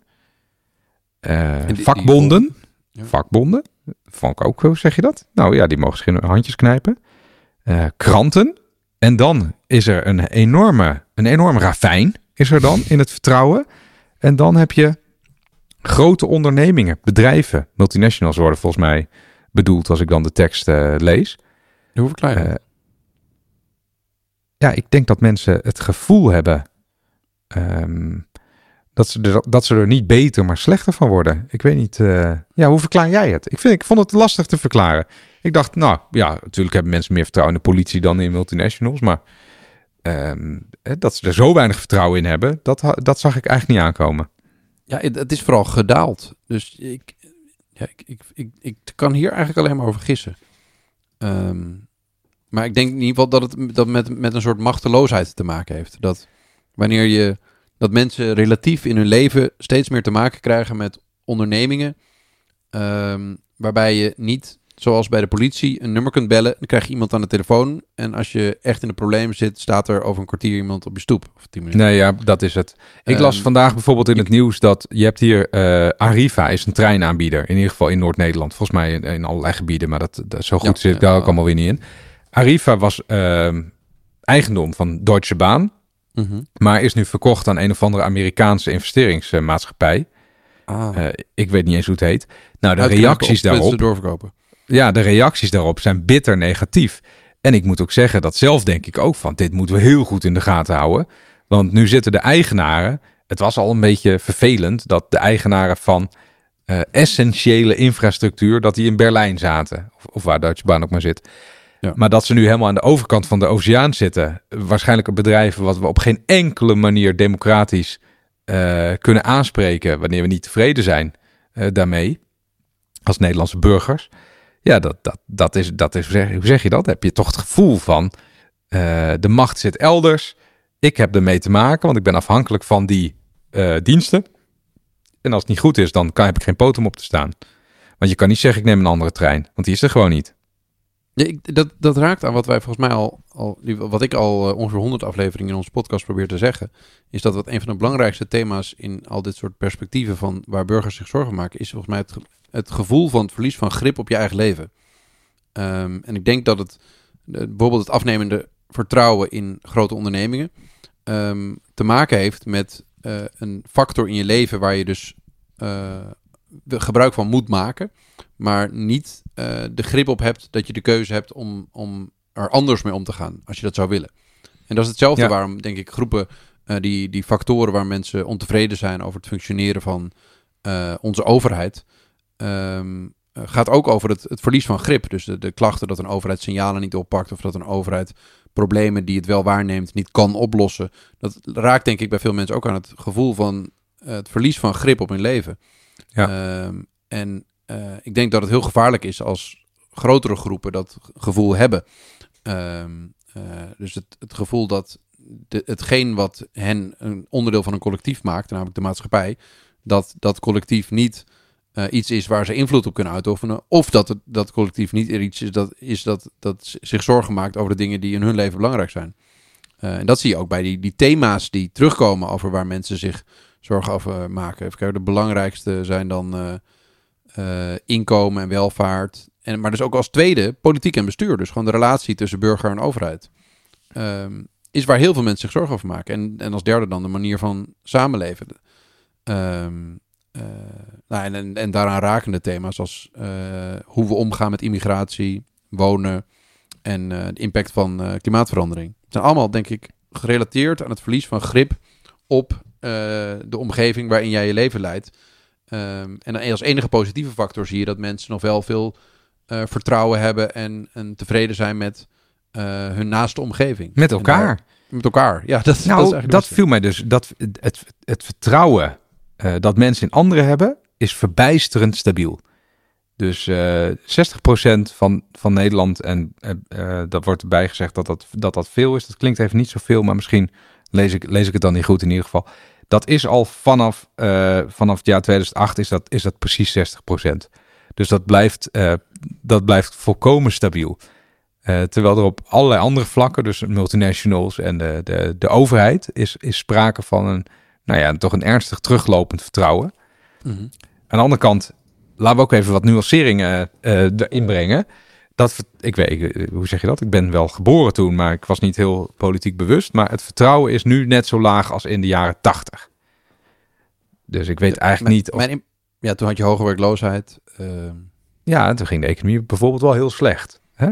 Uh, die, vakbonden. Die ja. Vakbonden. Vond ik ook, hoe zeg je dat? Nou ja, die mogen geen handjes knijpen. Uh, kranten. En dan is er een enorme, een enorme ravijn is er dan in het vertrouwen. En dan heb je grote ondernemingen, bedrijven, multinationals worden volgens mij bedoeld als ik dan de tekst uh, lees. Hoe verklaar je dat? Uh, ja, ik denk dat mensen het gevoel hebben um, dat, ze er, dat ze er niet beter, maar slechter van worden. Ik weet niet, uh, ja, hoe verklaar jij het? Ik, vind, ik vond het lastig te verklaren. Ik dacht, nou ja, natuurlijk hebben mensen meer vertrouwen in de politie dan in multinationals, maar um, dat ze er zo weinig vertrouwen in hebben, dat, dat zag ik eigenlijk niet aankomen. Ja, het is vooral gedaald. Dus ik, ja, ik, ik, ik, ik kan hier eigenlijk alleen maar over gissen. Um, maar ik denk in ieder geval dat het dat met, met een soort machteloosheid te maken heeft. Dat wanneer je dat mensen relatief in hun leven steeds meer te maken krijgen met ondernemingen Um, waarbij je niet, zoals bij de politie, een nummer kunt bellen. Dan krijg je iemand aan de telefoon. En als je echt in de problemen zit, staat er over een kwartier iemand op je stoep. Of tien minuten. Nee, ja, dat is het. Ik las um, vandaag bijvoorbeeld in het nieuws dat je hebt hier uh, Arriva is een treinaanbieder. In ieder geval in Noord-Nederland. Volgens mij in, in allerlei gebieden, maar dat, dat zo goed ja, zit ik ja, daar ook allemaal weer niet in. Arriva was uh, eigendom van Deutsche Bahn. Mm-hmm. Maar is nu verkocht aan een of andere Amerikaanse investeringsmaatschappij. Ah. Uh, ik weet niet eens hoe het heet. Nou, de Uitknappen reacties daarop. Doorverkopen. Ja, de reacties daarop zijn bitter negatief. En ik moet ook zeggen dat zelf denk ik ook van dit moeten we heel goed in de gaten houden. Want nu zitten de eigenaren. Het was al een beetje vervelend dat de eigenaren van uh, essentiële infrastructuur, dat die in Berlijn zaten. Of, of waar Deutsche Bahn ook maar zit. Ja. Maar dat ze nu helemaal aan de overkant van de oceaan zitten. Waarschijnlijk een bedrijf wat we op geen enkele manier democratisch uh, kunnen aanspreken wanneer we niet tevreden zijn uh, daarmee. Als Nederlandse burgers. Ja, dat, dat, dat is, dat is, hoe zeg je dat? Heb je toch het gevoel van uh, de macht zit elders. Ik heb ermee te maken, want ik ben afhankelijk van die uh, diensten. En als het niet goed is, dan kan, heb ik geen poot om op te staan. Want je kan niet zeggen, ik neem een andere trein. Want die is er gewoon niet. Ja, ik, dat, dat raakt aan wat wij volgens mij al, al wat ik al uh, ongeveer honderd afleveringen in onze podcast probeer te zeggen, is dat wat een van de belangrijkste thema's in al dit soort perspectieven van waar burgers zich zorgen maken, is volgens mij het, het gevoel van het verlies van grip op je eigen leven. Um, en ik denk dat het uh, bijvoorbeeld het afnemende vertrouwen in grote ondernemingen um, te maken heeft met uh, een factor in je leven waar je dus uh, gebruik van moet maken, maar niet uh, de grip op hebt dat je de keuze hebt om, om er anders mee om te gaan, als je dat zou willen. En dat is hetzelfde ja. waarom, denk ik, groepen, uh, die, die factoren waar mensen ontevreden zijn over het functioneren van uh, onze overheid, um, uh, gaat ook over het, het verlies van grip. Dus de, de klachten dat een overheid signalen niet oppakt, of dat een overheid problemen die het wel waarneemt niet kan oplossen. Dat raakt, denk ik, bij veel mensen ook aan het gevoel van uh, het verlies van grip op hun leven. Ja. Um, en uh, ik denk dat het heel gevaarlijk is als grotere groepen dat gevoel hebben. Um, uh, dus het, het gevoel dat de, hetgeen wat hen een onderdeel van een collectief maakt, namelijk de maatschappij, dat dat collectief niet uh, iets is waar ze invloed op kunnen uitoefenen, of dat het, dat collectief niet iets is dat, is dat, dat zich zorgen maakt over de dingen die in hun leven belangrijk zijn. Uh, en dat zie je ook bij die, die thema's die terugkomen over waar mensen zich zorgen over maken. Even kijken, de belangrijkste zijn dan uh, uh, inkomen en welvaart. En, maar dus ook als tweede politiek en bestuur. Dus gewoon de relatie tussen burger en overheid. Um, is waar heel veel mensen zich zorgen over maken. En, en als derde dan de manier van samenleven. Um, uh, nou, en, en, en daaraan rakende thema's als uh, hoe we omgaan met immigratie, wonen en uh, de impact van uh, klimaatverandering. Het zijn allemaal, denk ik, gerelateerd aan het verlies van grip op uh, de omgeving waarin jij je leven leidt. Um, en als enige positieve factor zie je dat mensen nog wel veel uh, vertrouwen hebben en, en tevreden zijn met uh, hun naaste omgeving. Met elkaar. Daar, met elkaar, ja. Dat, nou, dat, is dat viel mij dus. Dat, het, het vertrouwen uh, dat mensen in anderen hebben, is verbijsterend stabiel. Dus uh, zestig procent van, van Nederland, en uh, uh, dat wordt erbij gezegd dat dat, dat dat veel is. Dat klinkt even niet zoveel, maar misschien lees ik, lees ik het dan niet goed in ieder geval. Dat is al vanaf, uh, vanaf het jaar tweeduizend acht is dat, is dat precies zestig procent. Dus dat blijft, uh, dat blijft volkomen stabiel. Uh, terwijl er op allerlei andere vlakken, dus multinationals en de, de, de overheid, is, is sprake van een, nou ja, toch een ernstig teruglopend vertrouwen. Mm-hmm. Aan de andere kant, laten we ook even wat nuanceringen uh, erin brengen. Dat, ik weet, hoe zeg je dat? Ik ben wel geboren toen, maar ik was niet heel politiek bewust. Maar het vertrouwen is nu net zo laag als in de jaren tachtig. Dus ik weet eigenlijk mijn, niet... Of... Mijn, ja, toen had je hoge werkloosheid. Uh... Ja, toen ging de economie bijvoorbeeld wel heel slecht. Hè?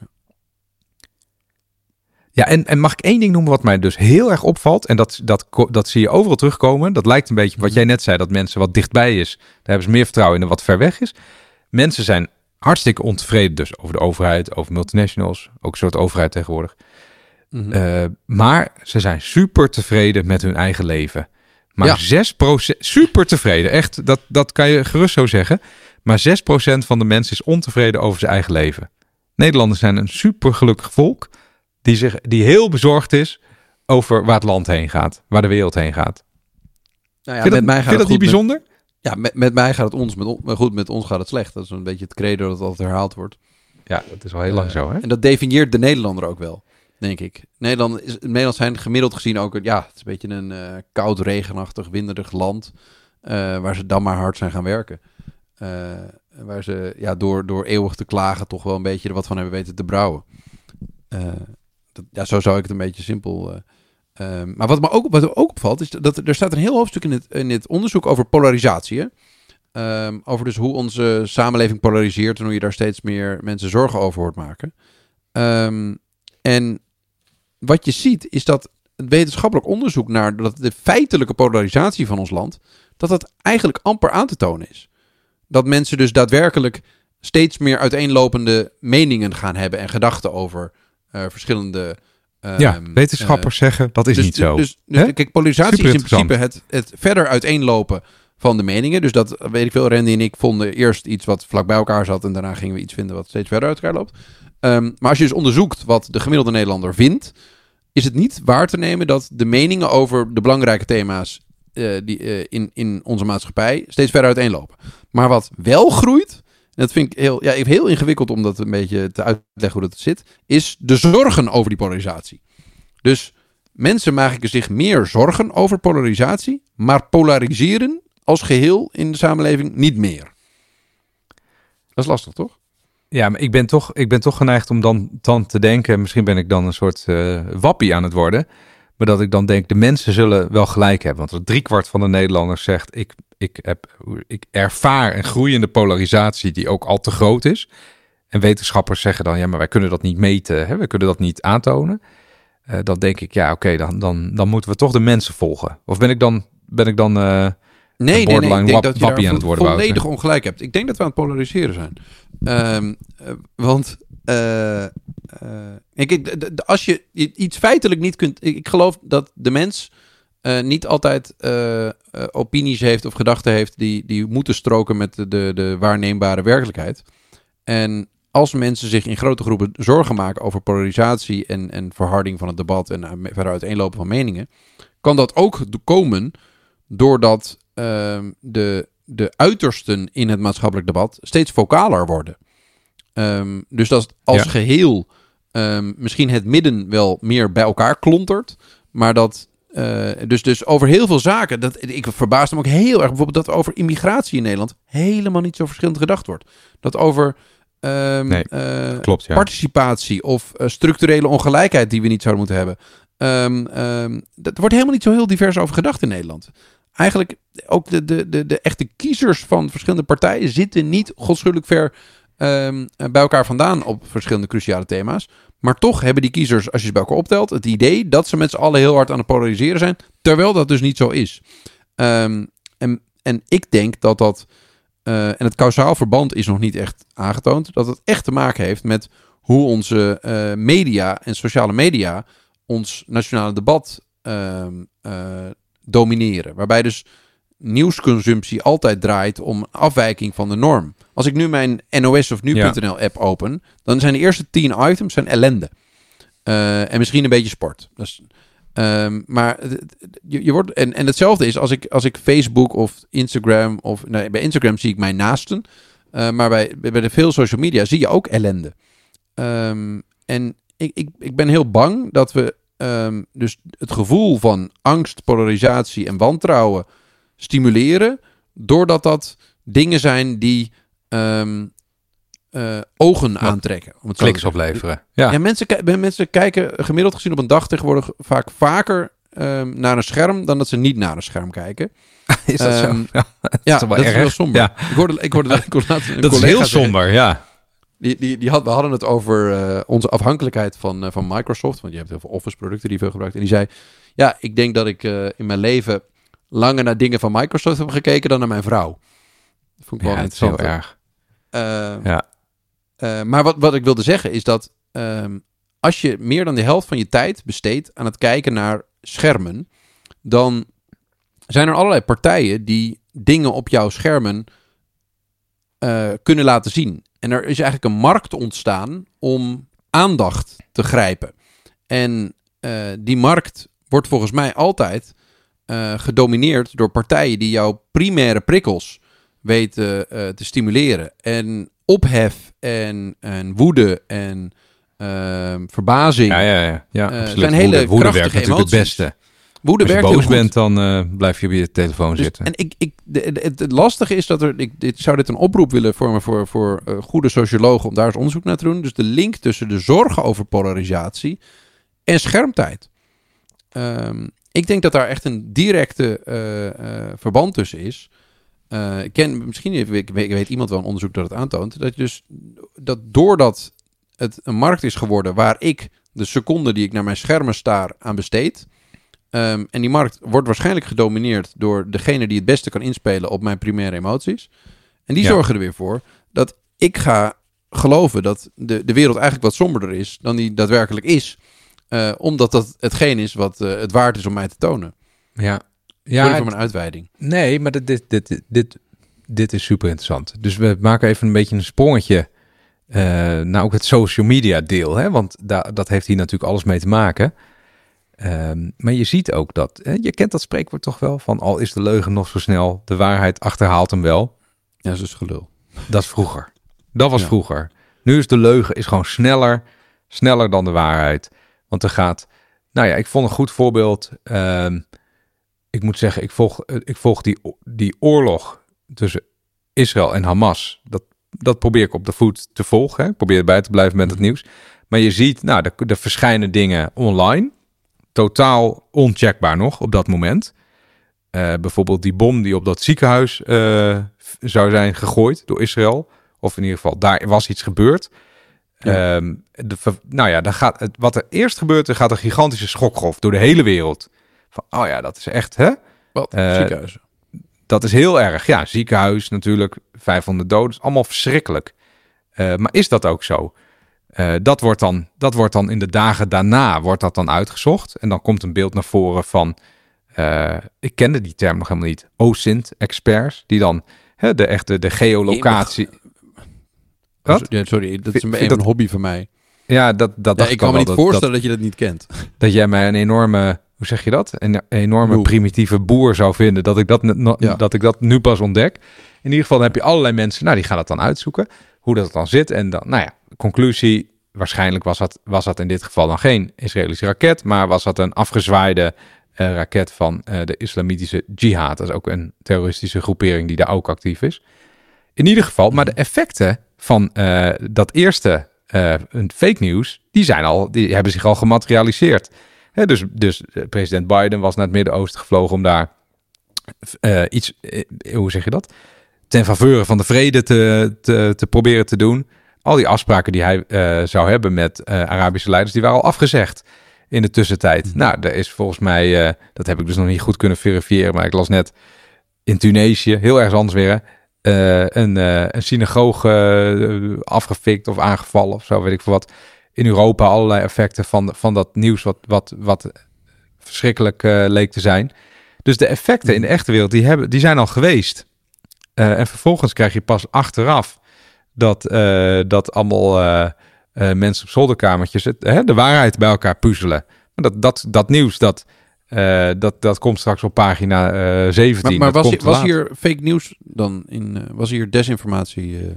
Ja, en, en mag ik één ding noemen wat mij dus heel erg opvalt? En dat, dat, dat zie je overal terugkomen. Dat lijkt een beetje wat jij net zei, dat mensen wat dichtbij is. Daar hebben ze meer vertrouwen in dan wat ver weg is. Mensen zijn hartstikke ontevreden dus over de overheid, over multinationals. Ook een soort overheid tegenwoordig. Mm-hmm. Uh, maar ze zijn super tevreden met hun eigen leven. Maar ja. zes procent, super tevreden, echt, dat, dat kan je gerust zo zeggen. Maar zes procent van de mensen is ontevreden over zijn eigen leven. Nederlanders zijn een super gelukkig volk die, zich, die heel bezorgd is over waar het land heen gaat, waar de wereld heen gaat. Nou ja, vind met dat, mij gaat vind het dat niet goed bijzonder? Ja, met, met mij gaat het ons, met on, goed, met ons gaat het slecht. Dat is een beetje het credo dat altijd herhaald wordt. Ja, dat is al heel lang Uh, zo, hè? En dat definieert de Nederlander ook wel, denk ik. Nederland is, Nederland zijn gemiddeld gezien ook, ja, het is een beetje een uh, koud, regenachtig, winderig land, uh, waar ze dan maar hard zijn gaan werken. Uh, waar ze ja, door, door eeuwig te klagen toch wel een beetje er wat van hebben weten te brouwen. Uh, dat, ja, zo zou ik het een beetje simpel... Uh, Uh, maar wat me ook, wat me ook opvalt, is dat er, er staat een heel hoofdstuk in het, in dit onderzoek over polarisatie. Hè? Um, over dus hoe onze samenleving polariseert en hoe je daar steeds meer mensen zorgen over hoort maken. Um, en wat je ziet is dat het wetenschappelijk onderzoek naar dat de feitelijke polarisatie van ons land, dat dat eigenlijk amper aan te tonen is. Dat mensen dus daadwerkelijk steeds meer uiteenlopende meningen gaan hebben en gedachten over uh, verschillende... Um, ja, wetenschappers uh, zeggen dat is dus, niet zo. Dus, dus kijk, polarisatie is in principe het, het verder uiteenlopen van de meningen. Dus dat, weet ik veel, Randy en ik vonden eerst iets wat vlak bij elkaar zat en daarna gingen we iets vinden wat steeds verder uit elkaar loopt. Um, maar als je dus onderzoekt wat de gemiddelde Nederlander vindt, is het niet waar te nemen dat de meningen over de belangrijke thema's uh, die, uh, in, in onze maatschappij steeds verder uiteenlopen. Maar wat wel groeit, dat vind ik heel, ja, heel ingewikkeld om dat een beetje te uitleggen hoe dat zit, is de zorgen over die polarisatie. Dus mensen maken zich meer zorgen over polarisatie, maar polariseren als geheel in de samenleving niet meer. Dat is lastig, toch? Ja, maar ik ben toch, ik ben toch geneigd om dan, dan te denken, misschien ben ik dan een soort uh, wappie aan het worden, maar dat ik dan denk, de mensen zullen wel gelijk hebben. Want driekwart van de Nederlanders zegt, ik, ik, heb, ik ervaar een groeiende polarisatie die ook al te groot is. En wetenschappers zeggen dan, ja, maar wij kunnen dat niet meten, hè? We kunnen dat niet aantonen. Uh, dan denk ik, ja, oké, okay, dan, dan, dan moeten we toch de mensen volgen. Of ben ik dan, ben ik dan uh, nee, nee, nee, ik denk wap, dat je wappie aan het worden? Volledig Wouter. ongelijk hebt. Ik denk dat we aan het polariseren zijn. Um, uh, want... Uh, Uh, ik, de, de, als je iets feitelijk niet kunt... Ik, ik geloof dat de mens uh, niet altijd uh, uh, opinies heeft of gedachten heeft die, die moeten stroken met de, de, de waarneembare werkelijkheid. En als mensen zich in grote groepen zorgen maken over polarisatie en, en verharding van het debat en uh, verder uiteenlopen van meningen, kan dat ook komen doordat uh, de, de uitersten in het maatschappelijk debat steeds vocaler worden. Um, dus dat als ja. geheel um, misschien het midden wel meer bij elkaar klontert. Maar dat uh, dus, dus over heel veel zaken. Dat, ik verbaasde me ook heel erg bijvoorbeeld dat over immigratie in Nederland helemaal niet zo verschillend gedacht wordt. Dat over um, nee, uh, klopt, ja. participatie of uh, structurele ongelijkheid die we niet zouden moeten hebben. Um, um, dat wordt helemaal niet zo heel divers over gedacht in Nederland. Eigenlijk ook de, de, de, de echte kiezers van verschillende partijen zitten niet godschuwelijk ver Um, bij elkaar vandaan op verschillende cruciale thema's. Maar toch hebben die kiezers, als je ze bij elkaar optelt, het idee dat ze met z'n allen heel hard aan het polariseren zijn, terwijl dat dus niet zo is. Um, en, en ik denk dat dat, uh, en het kausaal verband is nog niet echt aangetoond, dat het echt te maken heeft met hoe onze uh, media en sociale media ons nationale debat uh, uh, domineren. Waarbij dus nieuwsconsumptie altijd draait om afwijking van de norm. Als ik nu mijn N O S of nu punt N L app open, dan zijn de eerste tien items zijn ellende. Uh, en misschien een beetje sport. Dus, um, maar je, je wordt en, en hetzelfde is als ik, als ik Facebook of Instagram of nee, bij Instagram zie ik mijn naasten, uh, maar bij, bij de veel social media zie je ook ellende. Um, en ik, ik, ik ben heel bang dat we um, dus het gevoel van angst, polarisatie en wantrouwen stimuleren, doordat dat dingen zijn die um, uh, ogen Wat aantrekken. Om het kliks opleveren. Ja, ja mensen, mensen kijken gemiddeld gezien op een dag tegenwoordig vaak vaker um, naar een scherm dan dat ze niet naar een scherm kijken. Is dat um, zo? Ja, dat ja, is, wel dat erg. is heel somber. Ja. Ik hoorde, ik hoorde, ik hoorde laatst een dat is heel somber, zeggen, ja. Die, die, die had, we hadden het over uh, onze afhankelijkheid van, uh, van Microsoft, want je hebt heel veel Office producten die veel gebruikt. En die zei, ja, ik denk dat ik uh, in mijn leven langer naar dingen van Microsoft heb gekeken dan naar mijn vrouw. Dat vond ik wel ja, interessant. Heel erg. Uh, ja. uh, maar wat, wat ik wilde zeggen is dat um, als je meer dan de helft van je tijd besteedt aan het kijken naar schermen, dan zijn er allerlei partijen die dingen op jouw schermen uh, kunnen laten zien. En er is eigenlijk een markt ontstaan om aandacht te grijpen. En uh, die markt wordt volgens mij altijd uh, gedomineerd door partijen die jouw primaire prikkels weten uh, te stimuleren. En ophef en, en woede en uh, verbazing. Ja, ja, ja. ja uh, zijn hele woede, woede krachtige werkt emoties. Het beste. Woede Als je werkt boos heel bent, dan uh, blijf je op je telefoon dus, zitten. En ik, ik, de, de, het, het lastige is dat er... Ik dit, zou dit een oproep willen vormen voor, voor uh, goede sociologen om daar eens onderzoek naar te doen. Dus de link tussen de zorgen over polarisatie en schermtijd. Um, ik denk dat daar echt een directe uh, uh, verband tussen is. Uh, ik ken, misschien even, ik weet, weet iemand wel een onderzoek dat het aantoont. Dat je dus dat doordat het een markt is geworden waar ik de seconde die ik naar mijn schermen staar aan besteed. Um, en die markt wordt waarschijnlijk gedomineerd door degene die het beste kan inspelen op mijn primaire emoties. En die ja. zorgen er weer voor dat ik ga geloven dat de, de wereld eigenlijk wat somberder is dan die daadwerkelijk is. Uh, omdat dat hetgeen is wat uh, het waard is om mij te tonen. Ja. Ja, Sorry voor mijn uitweiding. Nee, maar dit, dit, dit, dit, dit is super interessant. Dus we maken even een beetje een sprongetje uh, naar ook het social media deel. Hè? Want da- dat heeft hier natuurlijk alles mee te maken. Um, maar je ziet ook dat, hè, je kent dat spreekwoord toch wel, van al is de leugen nog zo snel, de waarheid achterhaalt hem wel. Ja, dat is gelul. Dat is vroeger. Dat was ja. vroeger. Nu is de leugen is gewoon sneller, sneller dan de waarheid. Want er gaat, nou ja, ik vond een goed voorbeeld. Um, ik moet zeggen, ik volg, ik volg die, die oorlog tussen Israël en Hamas. Dat, dat probeer ik op de voet te volgen. Hè. Ik probeer erbij te blijven met het nieuws. Maar je ziet, nou, er, er verschijnen dingen online. Totaal oncheckbaar nog op dat moment. Uh, bijvoorbeeld die bom die op dat ziekenhuis uh, zou zijn gegooid door Israël. Of in ieder geval, daar was iets gebeurd. Ja. Um, de, nou ja, dan gaat het, wat er eerst gebeurt, er gaat een gigantische schokgolf door de hele wereld. Van, oh ja, dat is echt, hè? Wat? Uh, ziekenhuis? Dat is heel erg. Ja, ziekenhuis natuurlijk, vijfhonderd doden, allemaal verschrikkelijk. Uh, maar is dat ook zo? Uh, dat, wordt dan, dat wordt dan in de dagen daarna wordt dat dan uitgezocht. En dan komt een beeld naar voren van, uh, ik kende die term nog helemaal niet, O S I N T-experts, die dan hè, de echte de geolocatie... Wat? Ja, sorry, dat is een, dat... een hobby van mij. Ja, dat, dat ja, dacht ik kan me niet dat, voorstellen dat, dat je dat niet kent. Dat jij mij een enorme, hoe zeg je dat? Een enorme Boe. primitieve boer zou vinden, dat ik dat, no, ja. dat ik dat nu pas ontdek. In ieder geval dan heb je allerlei mensen, nou die gaan dat dan uitzoeken, hoe dat dan zit. En dan, nou ja, conclusie, waarschijnlijk was dat, was dat in dit geval dan geen Israëlische raket, maar was dat een afgezwaaide uh, raket van uh, de islamitische jihad. Dat is ook een terroristische groepering die daar ook actief is. In ieder geval, maar de effecten van uh, dat eerste uh, een fake news, die zijn al, die hebben zich al gematerialiseerd. Hè, dus, dus president Biden was naar het Midden-Oosten gevlogen om daar uh, iets, uh, hoe zeg je dat? Ten faveur van de vrede te, te, te proberen te doen. Al die afspraken die hij uh, zou hebben met uh, Arabische leiders, die waren al afgezegd in de tussentijd. Mm. Nou, er is volgens mij, uh, dat heb ik dus nog niet goed kunnen verifiëren, maar ik las net in Tunesië, heel ergens anders weer, Uh, een, uh, een synagoge uh, afgefikt of aangevallen of zo, weet ik veel wat. In Europa allerlei effecten van, van dat nieuws wat, wat, wat verschrikkelijk uh, leek te zijn. Dus de effecten in de echte wereld, die, hebben, die zijn al geweest. Uh, en vervolgens krijg je pas achteraf dat, uh, dat allemaal uh, uh, mensen op zolderkamertjes het, uh, de waarheid bij elkaar puzzelen. Maar dat, dat, dat nieuws, dat... Uh, dat, dat komt straks op pagina uh, zeventien. Maar, maar was, hier, was hier fake nieuws dan? In, uh, was hier desinformatie uh,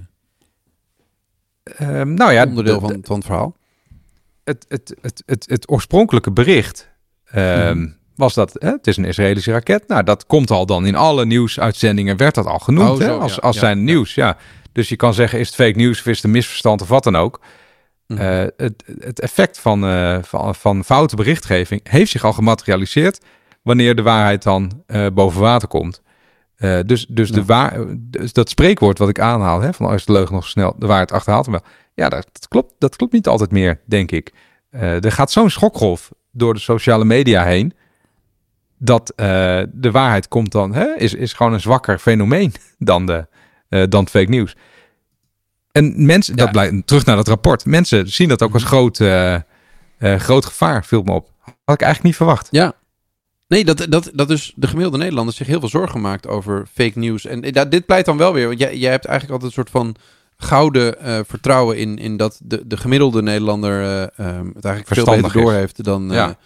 uh, nou ja, onderdeel de, van, van het verhaal? Het, het, het, het, het oorspronkelijke bericht uh, hmm. was dat hè, het is een Israëlische raket. Nou, dat komt al dan in alle nieuwsuitzendingen, werd dat al genoemd oh, zo, hè, als, ja, als ja, zijn ja. nieuws. Ja. Dus je kan zeggen, is het fake nieuws of is het een misverstand of wat dan ook. Uh, het, het effect van, uh, van, van foute berichtgeving heeft zich al gematerialiseerd wanneer de waarheid dan uh, boven water komt. Uh, dus dus, ja. de waar, dus dat spreekwoord wat ik aanhaal, hè, van als de leugen nog snel, de waarheid achterhaalt hem wel. Ja, dat, dat, klopt, dat klopt niet altijd meer, denk ik. Uh, er gaat zo'n schokgolf door de sociale media heen, dat uh, de waarheid komt dan, hè, is, is gewoon een zwakker fenomeen dan, de, uh, dan fake nieuws. En mensen, ja. dat blijkt terug naar dat rapport. Mensen zien dat ook als groot, uh, uh, groot gevaar, viel me op. Had ik eigenlijk niet verwacht. Ja. Nee, dat, dat, dat dus de gemiddelde Nederlander zich heel veel zorgen maakt over fake news. En dat, dit pleit dan wel weer, want jij, jij hebt eigenlijk altijd een soort van gouden uh, vertrouwen in, in dat de, de gemiddelde Nederlander uh, um, het eigenlijk veel beter door heeft dan, uh, ja.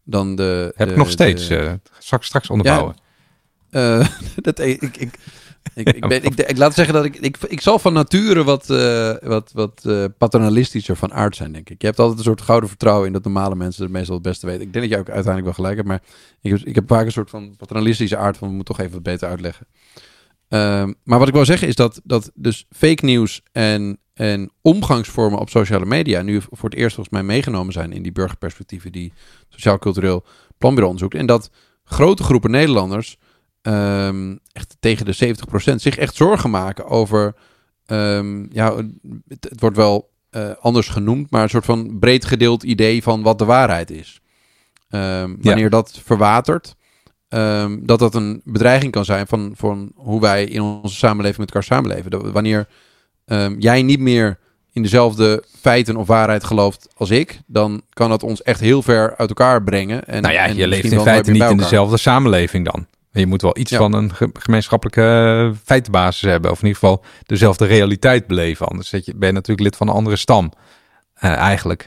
dan de... Heb de, ik nog steeds. De, uh, zal ik straks onderbouwen. Ja, uh, dat, ik, ik, ik, ik, ik, ben, ik, ik laat zeggen dat ik, ik... Ik zal van nature wat, uh, wat, wat uh, paternalistischer van aard zijn, denk ik. Je hebt altijd een soort gouden vertrouwen in dat normale mensen het meestal het beste weten. Ik denk dat jij ook uiteindelijk wel gelijk hebt, maar ik heb, ik heb vaak een soort van paternalistische aard van, we moeten toch even wat beter uitleggen. Uh, maar wat ik wil zeggen is dat, dat dus fake nieuws en, en omgangsvormen op sociale media nu voor het eerst volgens mij meegenomen zijn in die burgerperspectieven die Sociaal Cultureel Planbureau onderzoekt. En dat grote groepen Nederlanders, um, echt tegen de zeventig procent, zich echt zorgen maken over, um, ja, het, het wordt wel uh, anders genoemd, maar een soort van breed gedeeld idee van wat de waarheid is. Um, wanneer ja. dat verwatert, Um, dat dat een bedreiging kan zijn van, van hoe wij in onze samenleving met elkaar samenleven. Dat, wanneer um, jij niet meer in dezelfde feiten of waarheid gelooft als ik, dan kan dat ons echt heel ver uit elkaar brengen. En, nou ja, en je leeft in feite niet in dezelfde samenleving dan. Je moet wel iets ja. van een gemeenschappelijke feitenbasis hebben. Of in ieder geval dezelfde realiteit beleven. Anders ben je natuurlijk lid van een andere stam. Uh, eigenlijk.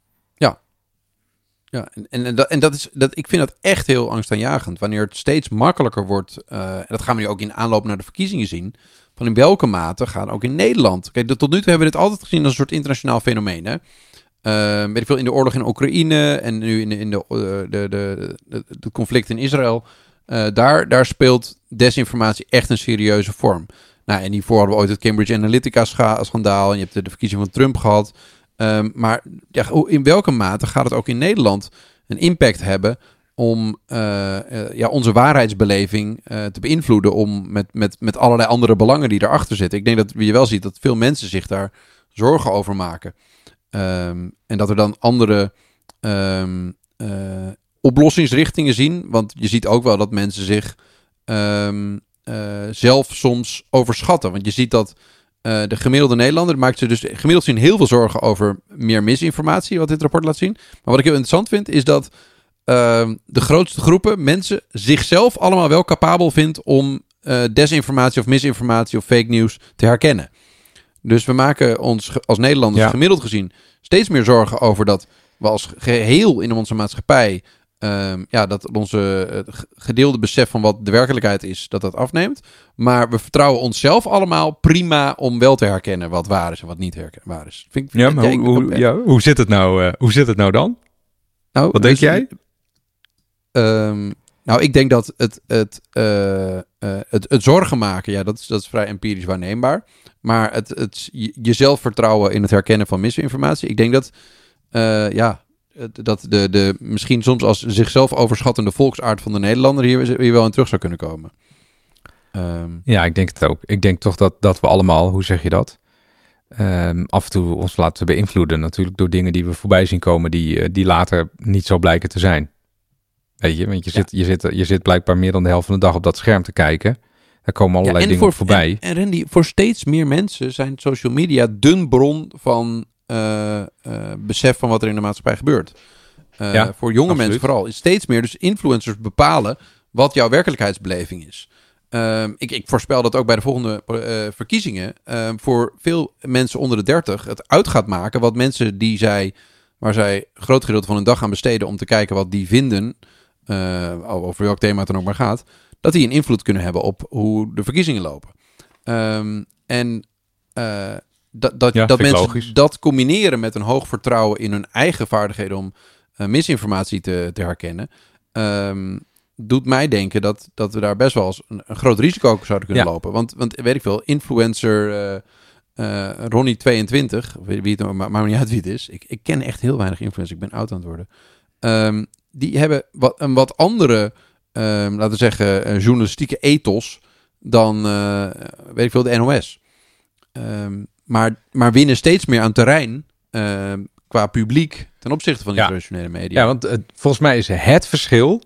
Ja, en, en, dat, en dat is, dat, ik vind dat echt heel angstaanjagend. Wanneer het steeds makkelijker wordt, uh, en dat gaan we nu ook in aanloop naar de verkiezingen zien, van in welke mate gaan ook in Nederland. Kijk, tot nu toe hebben we dit altijd gezien als een soort internationaal fenomeen. Hè? Uh, weet ik veel, in de oorlog in Oekraïne en nu in de, in de, uh, de, de, de, de conflict in Israël. Uh, daar, daar speelt desinformatie echt een serieuze vorm. Nou, en hiervoor hadden we ooit het Cambridge Analytica-schandaal en je hebt de, de verkiezing van Trump gehad. Um, maar ja, in welke mate gaat het ook in Nederland een impact hebben om uh, uh, ja, onze waarheidsbeleving uh, te beïnvloeden om met, met, met allerlei andere belangen die erachter zitten. Ik denk dat je wel ziet dat veel mensen zich daar zorgen over maken. Um, en dat er dan andere um, uh, oplossingsrichtingen zien. Want je ziet ook wel dat mensen zich um, uh, zelf soms overschatten. Want je ziet dat Uh, de gemiddelde Nederlander maakt zich dus gemiddeld gezien heel veel zorgen over meer misinformatie, wat dit rapport laat zien. Maar wat ik heel interessant vind, is dat uh, de grootste groepen mensen zichzelf allemaal wel capabel vindt om uh, desinformatie of misinformatie of fake nieuws te herkennen. Dus we maken ons als Nederlanders ja. gemiddeld gezien steeds meer zorgen over dat we als geheel in onze maatschappij Um, ja, dat onze uh, gedeelde besef van wat de werkelijkheid is, dat dat afneemt. Maar we vertrouwen onszelf allemaal prima om wel te herkennen wat waar is en wat niet herken- waar is. Vind ik, ja, maar ja, hoe, hoe, ja, hoe zit het nou? Uh, hoe zit het nou dan? Nou, wat denk dus, jij? Um, nou, ik denk dat het, het, uh, uh, het, het zorgen maken, ja, dat is, dat is vrij empirisch waarneembaar. Maar het, het jezelf vertrouwen in het herkennen van misinformatie, ik denk dat, uh, ja... dat de, de misschien soms als zichzelf overschattende volksaard van de Nederlander hier, hier wel in terug zou kunnen komen. Um, ja, ik denk het ook. Ik denk toch dat, dat we allemaal, hoe zeg je dat? Um, af en toe ons laten beïnvloeden natuurlijk door dingen die we voorbij zien komen die, die later niet zo blijken te zijn. Weet je, want je, ja. zit, je, zit, je zit blijkbaar meer dan de helft van de dag op dat scherm te kijken. Daar komen allerlei ja, dingen voor, voorbij. En, en Randy, voor steeds meer mensen zijn social media dun bron van Uh, uh, besef van wat er in de maatschappij gebeurt. Uh, ja, voor jonge absoluut. mensen vooral. Is steeds meer dus influencers bepalen wat jouw werkelijkheidsbeleving is. Uh, ik, ik voorspel dat ook bij de volgende uh, verkiezingen uh, voor veel mensen onder de dertig het uit gaat maken wat mensen die zij, waar zij een groot gedeelte van hun dag aan besteden om te kijken wat die vinden, uh, over welk thema het dan ook maar gaat, dat die een invloed kunnen hebben op hoe de verkiezingen lopen. Um, en uh, Dat, dat, ja, dat mensen logisch. dat combineren met een hoog vertrouwen in hun eigen vaardigheden om uh, misinformatie te, te herkennen, um, doet mij denken dat, dat we daar best wel eens een, een groot risico zouden kunnen ja. lopen. Want, want weet ik veel, influencer uh, uh, Ronnie tweeëntwintig, wie het maar, maar niet uit wie het is. Ik, ik ken echt heel weinig influencers, ik ben oud aan het worden. Um, die hebben wat, een wat andere, um, laten we zeggen, uh, journalistieke ethos dan, uh, weet ik veel, de N O S. Um, Maar, maar winnen steeds meer aan terrein uh, qua publiek ten opzichte van die ja. traditionele media. Ja, want uh, volgens mij is het verschil...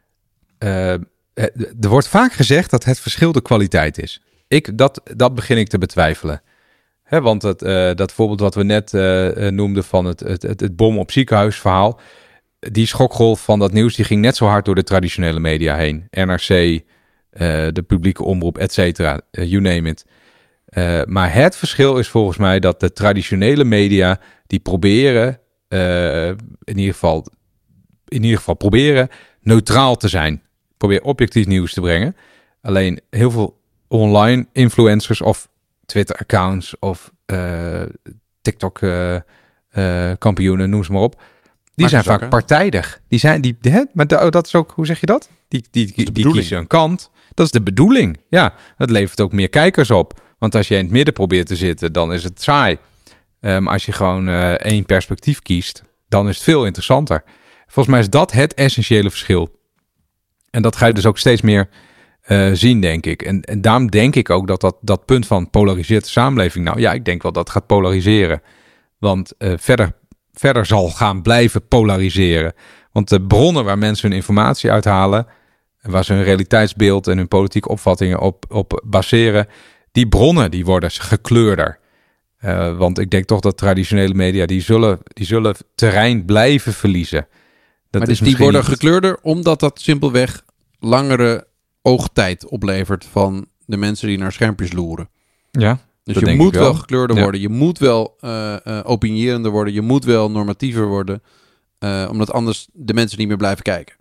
Uh, er wordt vaak gezegd dat het verschil de kwaliteit is. Ik, dat, dat begin ik te betwijfelen. Hè, want het, uh, dat voorbeeld wat we net uh, noemden van het, het, het, het bom op ziekenhuisverhaal... die schokgolf van dat nieuws die ging net zo hard door de traditionele media heen. N R C, uh, de publieke omroep, et cetera, uh, you name it... Uh, maar het verschil is volgens mij dat de traditionele media die proberen uh, in ieder geval in ieder geval proberen neutraal te zijn. Probeer objectief nieuws te brengen. Alleen heel veel online influencers of Twitter-accounts of uh, TikTok-kampioenen, uh, uh, noem ze maar op. Die zijn vaak partijdig. Die zijn, die, hè? Maar de, dat is ook, hoe zeg je dat? Die, die, die, die kiezen een kant. Dat is de bedoeling. Ja, dat levert ook meer kijkers op. Want als je in het midden probeert te zitten, dan is het saai. Maar um, als je gewoon uh, één perspectief kiest, dan is het veel interessanter. Volgens mij is dat het essentiële verschil. En dat ga je dus ook steeds meer uh, zien, denk ik. En, en daarom denk ik ook dat, dat dat punt van polariseerde samenleving... Nou ja, ik denk wel dat het gaat polariseren. Want uh, verder, verder zal gaan blijven polariseren. Want de bronnen waar mensen hun informatie uithalen... waar ze hun realiteitsbeeld en hun politieke opvattingen op, op baseren... die bronnen die worden gekleurder. Uh, want ik denk toch dat traditionele media... die zullen, die zullen terrein blijven verliezen. Dat maar dus die worden niet... gekleurder omdat dat simpelweg langere oogtijd oplevert van de mensen die naar schermpjes loeren. Ja, dus je moet wel, wel gekleurder ja. worden. Je moet wel uh, uh, opinierender worden. Je moet wel normatiever worden. Uh, omdat anders de mensen niet meer blijven kijken.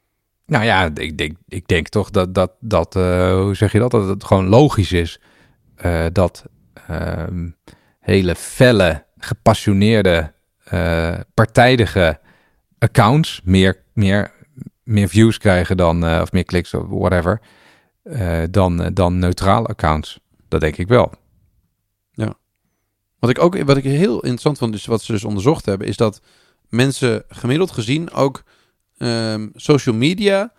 Nou ja, ik denk, ik denk toch dat, dat, dat uh, hoe zeg je dat? Dat het gewoon logisch is uh, dat uh, hele felle, gepassioneerde, uh, partijdige accounts meer, meer, meer views krijgen dan, uh, of meer kliks of whatever, uh, dan, uh, dan neutrale accounts. Dat denk ik wel. Ja. Wat ik ook, wat ik heel interessant vond, dus wat ze dus onderzocht hebben, is dat mensen gemiddeld gezien ook um, social media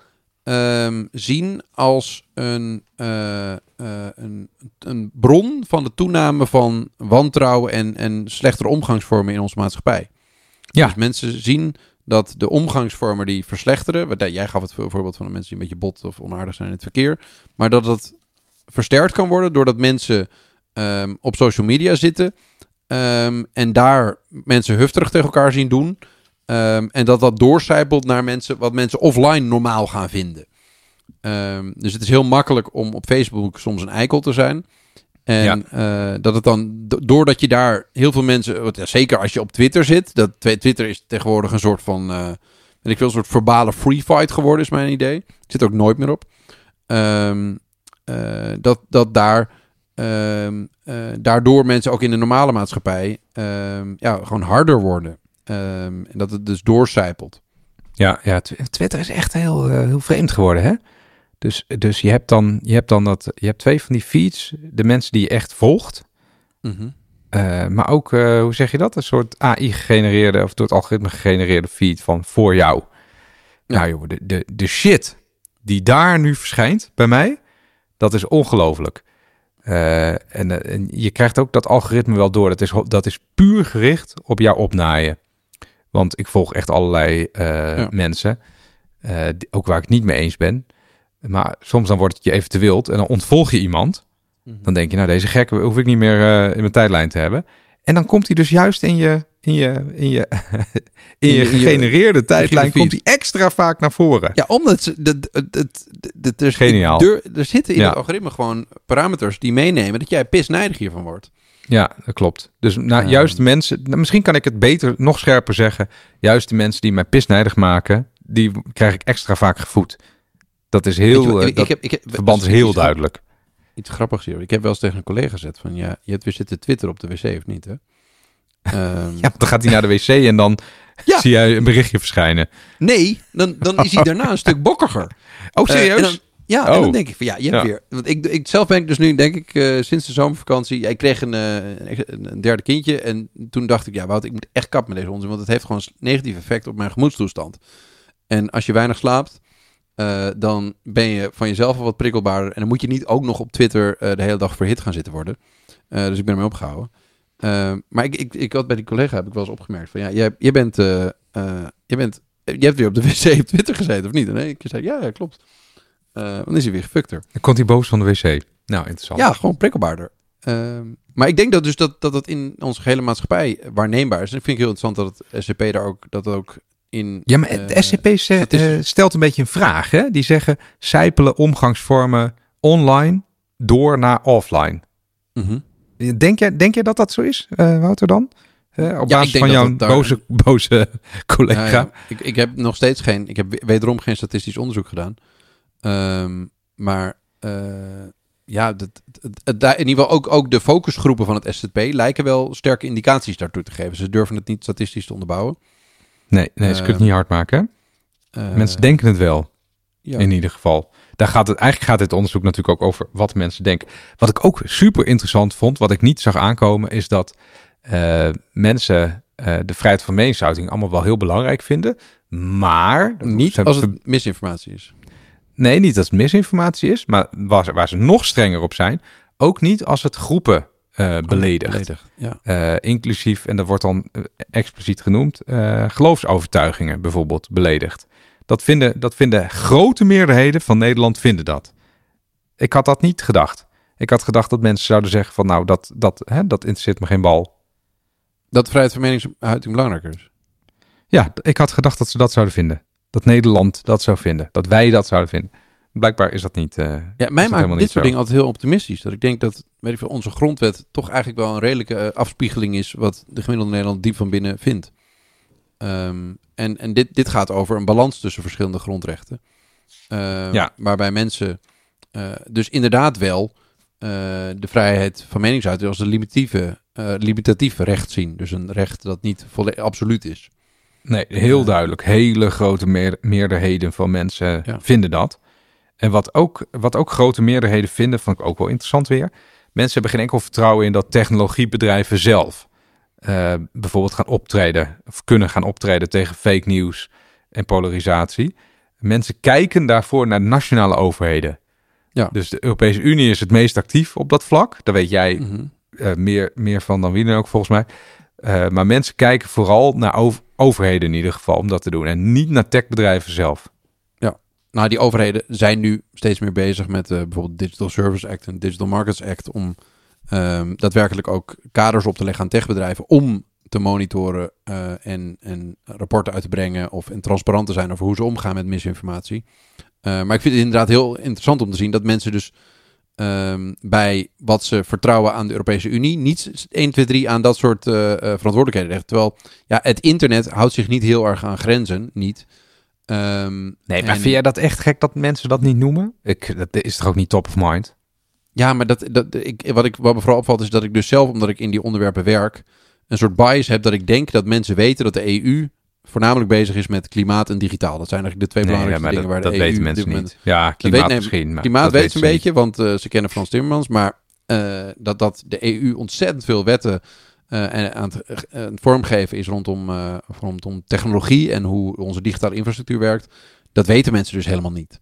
um, zien als een, uh, uh, een, een bron van de toename van wantrouwen en, en slechtere omgangsvormen in onze maatschappij. Ja. Dus mensen zien dat de omgangsvormen die verslechteren... Jij gaf het voorbeeld van de mensen die een beetje bot of onaardig zijn in het verkeer. Maar dat dat versterkt kan worden doordat mensen um, op social media zitten... Um, en daar mensen hufterig tegen elkaar zien doen. Um, en dat dat doorcijpelt naar mensen wat mensen offline normaal gaan vinden. Um, dus het is heel makkelijk om op Facebook soms een eikel te zijn... En ja. uh, dat het dan, doordat je daar heel veel mensen, wat, ja, zeker als je op Twitter zit, dat Twitter is tegenwoordig een soort van, uh, weet ik veel, een soort verbale free fight geworden, is mijn idee. Ik zit er ook nooit meer op. Um, uh, dat, dat daar, um, uh, daardoor mensen ook in de normale maatschappij, um, ja, gewoon harder worden. Um, en dat het dus doorcijpelt. Ja, ja, Twitter is echt heel, uh, heel vreemd geworden, hè? Dus, dus je hebt dan, je hebt dan dat, je hebt twee van die feeds, de mensen die je echt volgt, mm-hmm. uh, maar ook, uh, hoe zeg je dat, een soort A I-gegenereerde of door het algoritme gegenereerde feed van voor jou. Ja. Nou joh, de, de, de shit die daar nu verschijnt bij mij, dat is ongelooflijk. Uh, en, uh, en je krijgt ook dat algoritme wel door. Dat is, dat is puur gericht op jouw opnaaien. Want ik volg echt allerlei uh, ja. mensen, uh, die, ook waar ik het niet mee eens ben. Maar soms dan wordt het je even te wild en dan ontvolg je iemand. Mm-hmm. Dan denk je, nou deze gek hoef ik niet meer uh, in mijn tijdlijn te hebben. En dan komt hij dus juist in je, in je, in je, in je gegenereerde je, tijdlijn, komt hij extra vaak naar voren. Ja, omdat het, het, het, het, het, er, Geniaal. Er, er zitten in ja. het algoritme gewoon parameters die meenemen dat jij pisnijdig hiervan wordt. Ja, dat klopt. Dus nou, um. juist de mensen, nou, misschien kan ik het beter, nog scherper zeggen. Juist de mensen die mij pisnijdig maken, die krijg ik extra vaak gevoed. Dat is heel, je, ik, dat ik heb, ik heb, verband is heel iets duidelijk. Iets grappigs hier. Ik heb wel eens tegen een collega gezegd van, ja, je hebt weer zitten twitteren op de wc of niet, hè? Um... ja, dan gaat hij naar de wc en dan ja. zie jij een berichtje verschijnen. Nee, dan, dan is hij daarna een stuk bokkiger. Oh, serieus? Uh, en dan, ja, oh. en dan denk ik van, ja, je hebt ja. weer... Want ik, ik, zelf ben ik dus nu, denk ik, uh, sinds de zomervakantie... Ja, ik kreeg een, uh, een, een derde kindje en toen dacht ik, ja, Wout, ik moet echt kap met deze onzin, want het heeft gewoon een negatief effect op mijn gemoedstoestand. En als je weinig slaapt, Uh, dan ben je van jezelf al wat prikkelbaarder. En dan moet je niet ook nog op Twitter uh, de hele dag verhit gaan zitten worden. Uh, dus ik ben ermee opgehouden. Uh, maar ik, ik, ik had bij die collega heb ik wel eens opgemerkt van ja, jij, jij bent, uh, uh, jij bent, je hebt weer op de wc op Twitter gezeten of niet? En ik zei ja, ja klopt. Uh, dan is hij weer gefukter. Dan komt hij boos van de wc. Nou, interessant. Ja, gewoon prikkelbaarder. Uh, maar ik denk dat dus dat, dat het in onze gehele maatschappij waarneembaar is. En ik vind het heel interessant dat het S C P daar ook dat ook in, ja, maar de uh, S C P zegt, uh, stelt een beetje een vraag. Hè? Die zeggen, sijpelen omgangsvormen online door naar offline. Mm-hmm. Denk jij, denk jij dat dat zo is, uh, Wouter dan? Uh, op Ja, basis ik denk van dat jouw het daar- boze, boze collega. Ja, ja. Ik, ik heb nog steeds geen... Ik heb wederom geen statistisch onderzoek gedaan. Um, maar uh, ja, dat, het, het, het, in ieder geval ook, ook de focusgroepen van het S Z P lijken wel sterke indicaties daartoe te geven. Ze durven het niet statistisch te onderbouwen. Nee, nee ze Uh, kunnen het niet hard maken. Hè? Uh, mensen denken het wel, ja. In ieder geval. Daar gaat het, eigenlijk gaat dit onderzoek natuurlijk ook over wat mensen denken. Wat ik ook super interessant vond, wat ik niet zag aankomen, is dat uh, mensen uh, de vrijheid van meningsuiting allemaal wel heel belangrijk vinden. Maar... Niet als het misinformatie is. Nee, niet als het misinformatie is, maar waar, waar ze nog strenger op zijn. Ook niet als het groepen uh, beledigt. Oh, beledigt ja. uh, inclusief, en dat wordt dan uh, expliciet genoemd, uh, geloofsovertuigingen bijvoorbeeld beledigd. Dat vinden, dat vinden grote meerderheden van Nederland vinden dat. Ik had dat niet gedacht. Ik had gedacht dat mensen zouden zeggen van nou, dat, dat, hè, dat interesseert me geen bal. Dat vrijheid van meningsuiting belangrijker is? Ja, ik had gedacht dat ze dat zouden vinden. Dat Nederland dat zou vinden. Dat wij dat zouden vinden. Blijkbaar is dat niet. Uh, ja, mij maakt dit soort dingen altijd heel optimistisch. Dat ik denk dat weet ik veel, onze grondwet toch eigenlijk wel een redelijke uh, afspiegeling is wat de gemiddelde Nederland diep van binnen vindt. Um, en en dit, dit gaat over een balans tussen verschillende grondrechten. Uh, ja. Waarbij mensen uh, dus inderdaad wel uh, de vrijheid van meningsuiting als een limitatieve, uh, limitatieve recht zien. Dus een recht dat niet volledig absoluut is. Nee, heel uh, duidelijk. Hele grote meer, meerderheden van mensen ja. vinden dat. En wat ook, wat ook grote meerderheden vinden, vond ik ook wel interessant weer. Mensen hebben geen enkel vertrouwen in dat technologiebedrijven zelf uh, bijvoorbeeld gaan optreden of kunnen gaan optreden tegen fake nieuws en polarisatie. Mensen kijken daarvoor naar nationale overheden. Ja. Dus de Europese Unie is het meest actief op dat vlak. Daar weet jij mm-hmm. uh, meer, meer van dan wie dan ook volgens mij. Uh, maar mensen kijken vooral naar over, overheden in ieder geval om dat te doen. En niet naar techbedrijven zelf. Ja, nou die overheden zijn nu steeds meer bezig met uh, bijvoorbeeld Digital Service Act en Digital Markets Act. Om um, daadwerkelijk ook kaders op te leggen aan techbedrijven. Om te monitoren uh, en, en rapporten uit te brengen. Of en transparant te zijn over hoe ze omgaan met misinformatie. Uh, maar ik vind het inderdaad heel interessant om te zien dat mensen dus... Um, bij wat ze vertrouwen aan de Europese Unie niet één, twee, drie aan dat soort uh, uh, verantwoordelijkheden leggen. Terwijl ja, het internet houdt zich niet heel erg aan grenzen, niet. Um, nee, maar en... vind jij dat echt gek dat mensen dat niet noemen? Ik, dat is toch ook niet top of mind? Ja, maar dat, dat, ik, wat, ik, wat me vooral opvalt is dat ik dus zelf, omdat ik in die onderwerpen werk, een soort bias heb dat ik denk dat mensen weten dat de E U voornamelijk bezig is met klimaat en digitaal. Dat zijn eigenlijk de twee nee, belangrijkste ja, dingen dat, waar de dat E U... weten mensen moment, niet. Ja, klimaat weet, nee, misschien. Maar klimaat weten ze een beetje, niet. want uh, ze kennen Frans Timmermans. Maar uh, dat, dat de E U ontzettend veel wetten uh, en, aan het, uh, het vormgeven is rondom, uh, rondom technologie en hoe onze digitale infrastructuur werkt. Dat weten mensen dus helemaal niet.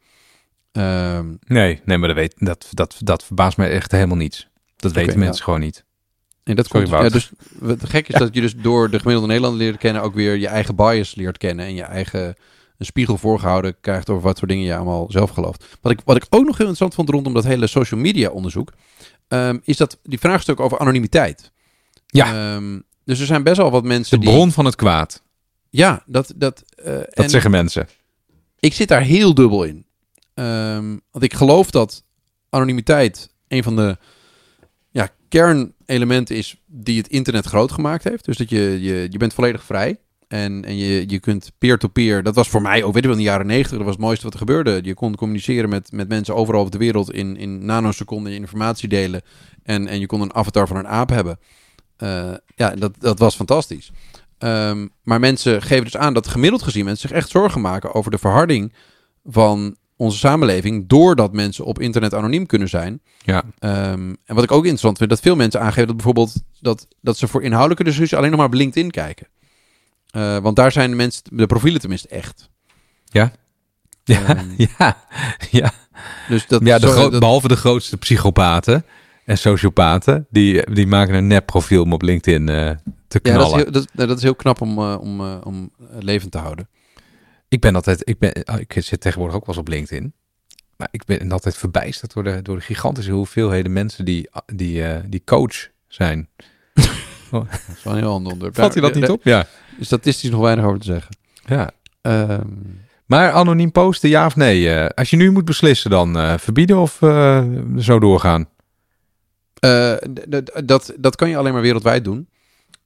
Um, nee, nee, maar dat, weet, dat, dat, dat verbaast mij echt helemaal niets. Dat weten okay, mensen ja. gewoon niet. En dat komt, ja, dus wat gek is ja. dat je dus door de gemiddelde Nederlander leert kennen ook weer je eigen bias leert kennen en je eigen een spiegel voorgehouden krijgt over wat voor dingen je allemaal zelf gelooft. Wat ik, wat ik ook nog heel interessant vond rondom dat hele social media onderzoek, um, is dat die vraagstuk over anonimiteit. Ja. Um, dus er zijn best wel wat mensen de bron die, van het kwaad. Ja, dat... Dat, uh, dat en zeggen mensen. Ik zit daar heel dubbel in. Um, want ik geloof dat anonimiteit een van de ja, kernelementen is die het internet groot gemaakt heeft. Dus dat je, je, je bent volledig vrij. En, en je, je kunt peer-to-peer... Dat was voor mij ook, weet je wel, in de jaren negentig. Dat was het mooiste wat er gebeurde. Je kon communiceren met, met mensen overal over de wereld in, in nanoseconden, je informatie delen. En, en je kon een avatar van een aap hebben. Uh, ja, dat, dat was fantastisch. Um, maar mensen geven dus aan dat gemiddeld gezien mensen zich echt zorgen maken over de verharding van onze samenleving, doordat mensen op internet anoniem kunnen zijn. Ja. Um, en wat ik ook interessant vind, dat veel mensen aangeven dat bijvoorbeeld dat, dat ze voor inhoudelijke discussie alleen nog maar op LinkedIn kijken. Uh, want daar zijn de mensen, de profielen tenminste echt. Ja. Ja, um, ja, ja. Dus dat, ja de zo, gro- dat, behalve de grootste psychopaten en sociopaten, die, die maken een nepprofiel om op LinkedIn uh, te knallen. Ja, dat is heel, dat, dat is heel knap om, uh, om, uh, om levend te houden. Ik ben altijd, ik, ben, ik zit tegenwoordig ook wel eens op LinkedIn. Maar ik ben altijd verbijsterd door de, door de gigantische hoeveelheden mensen die, die, uh, die coach zijn. Oh. Dat is wel een heel ander onderwerp. Valt je dat niet op? Ja. Statistisch nog weinig over te zeggen. Ja. Um, maar anoniem posten, ja of nee? Uh, als je nu moet beslissen, dan uh, verbieden of uh, zo doorgaan? Uh, d- d- dat, dat kan je alleen maar wereldwijd doen.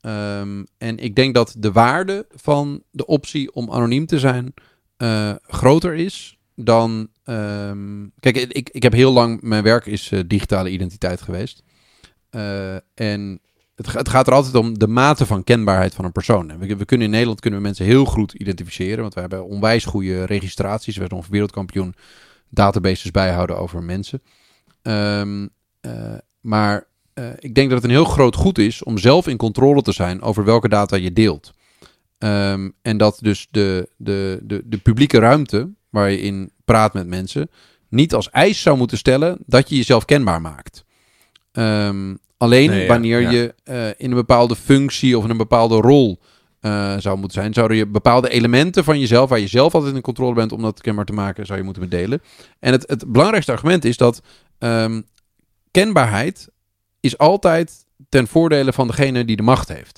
Um, en ik denk dat de waarde van de optie om anoniem te zijn uh, groter is dan... Um, kijk, ik, ik heb heel lang... Mijn werk is uh, digitale identiteit geweest. Uh, en het, het gaat er altijd om de mate van kenbaarheid van een persoon. En we, we kunnen in Nederland kunnen we mensen heel goed identificeren. Want we hebben onwijs goede registraties. We zijn ongeveer wereldkampioen databases bijhouden over mensen. Um, uh, maar... Uh, ik denk dat het een heel groot goed is om zelf in controle te zijn over welke data je deelt. Um, en dat dus de, de, de, de publieke ruimte waar je in praat met mensen niet als eis zou moeten stellen dat je jezelf kenbaar maakt. Um, alleen nee, ja, wanneer ja. je uh, in een bepaalde functie of in een bepaalde rol uh, zou moeten zijn, zouden je bepaalde elementen van jezelf, waar je zelf altijd in controle bent om dat kenbaar te maken, zou je moeten delen. En het, het belangrijkste argument is dat um, kenbaarheid is altijd ten voordele van degene die de macht heeft.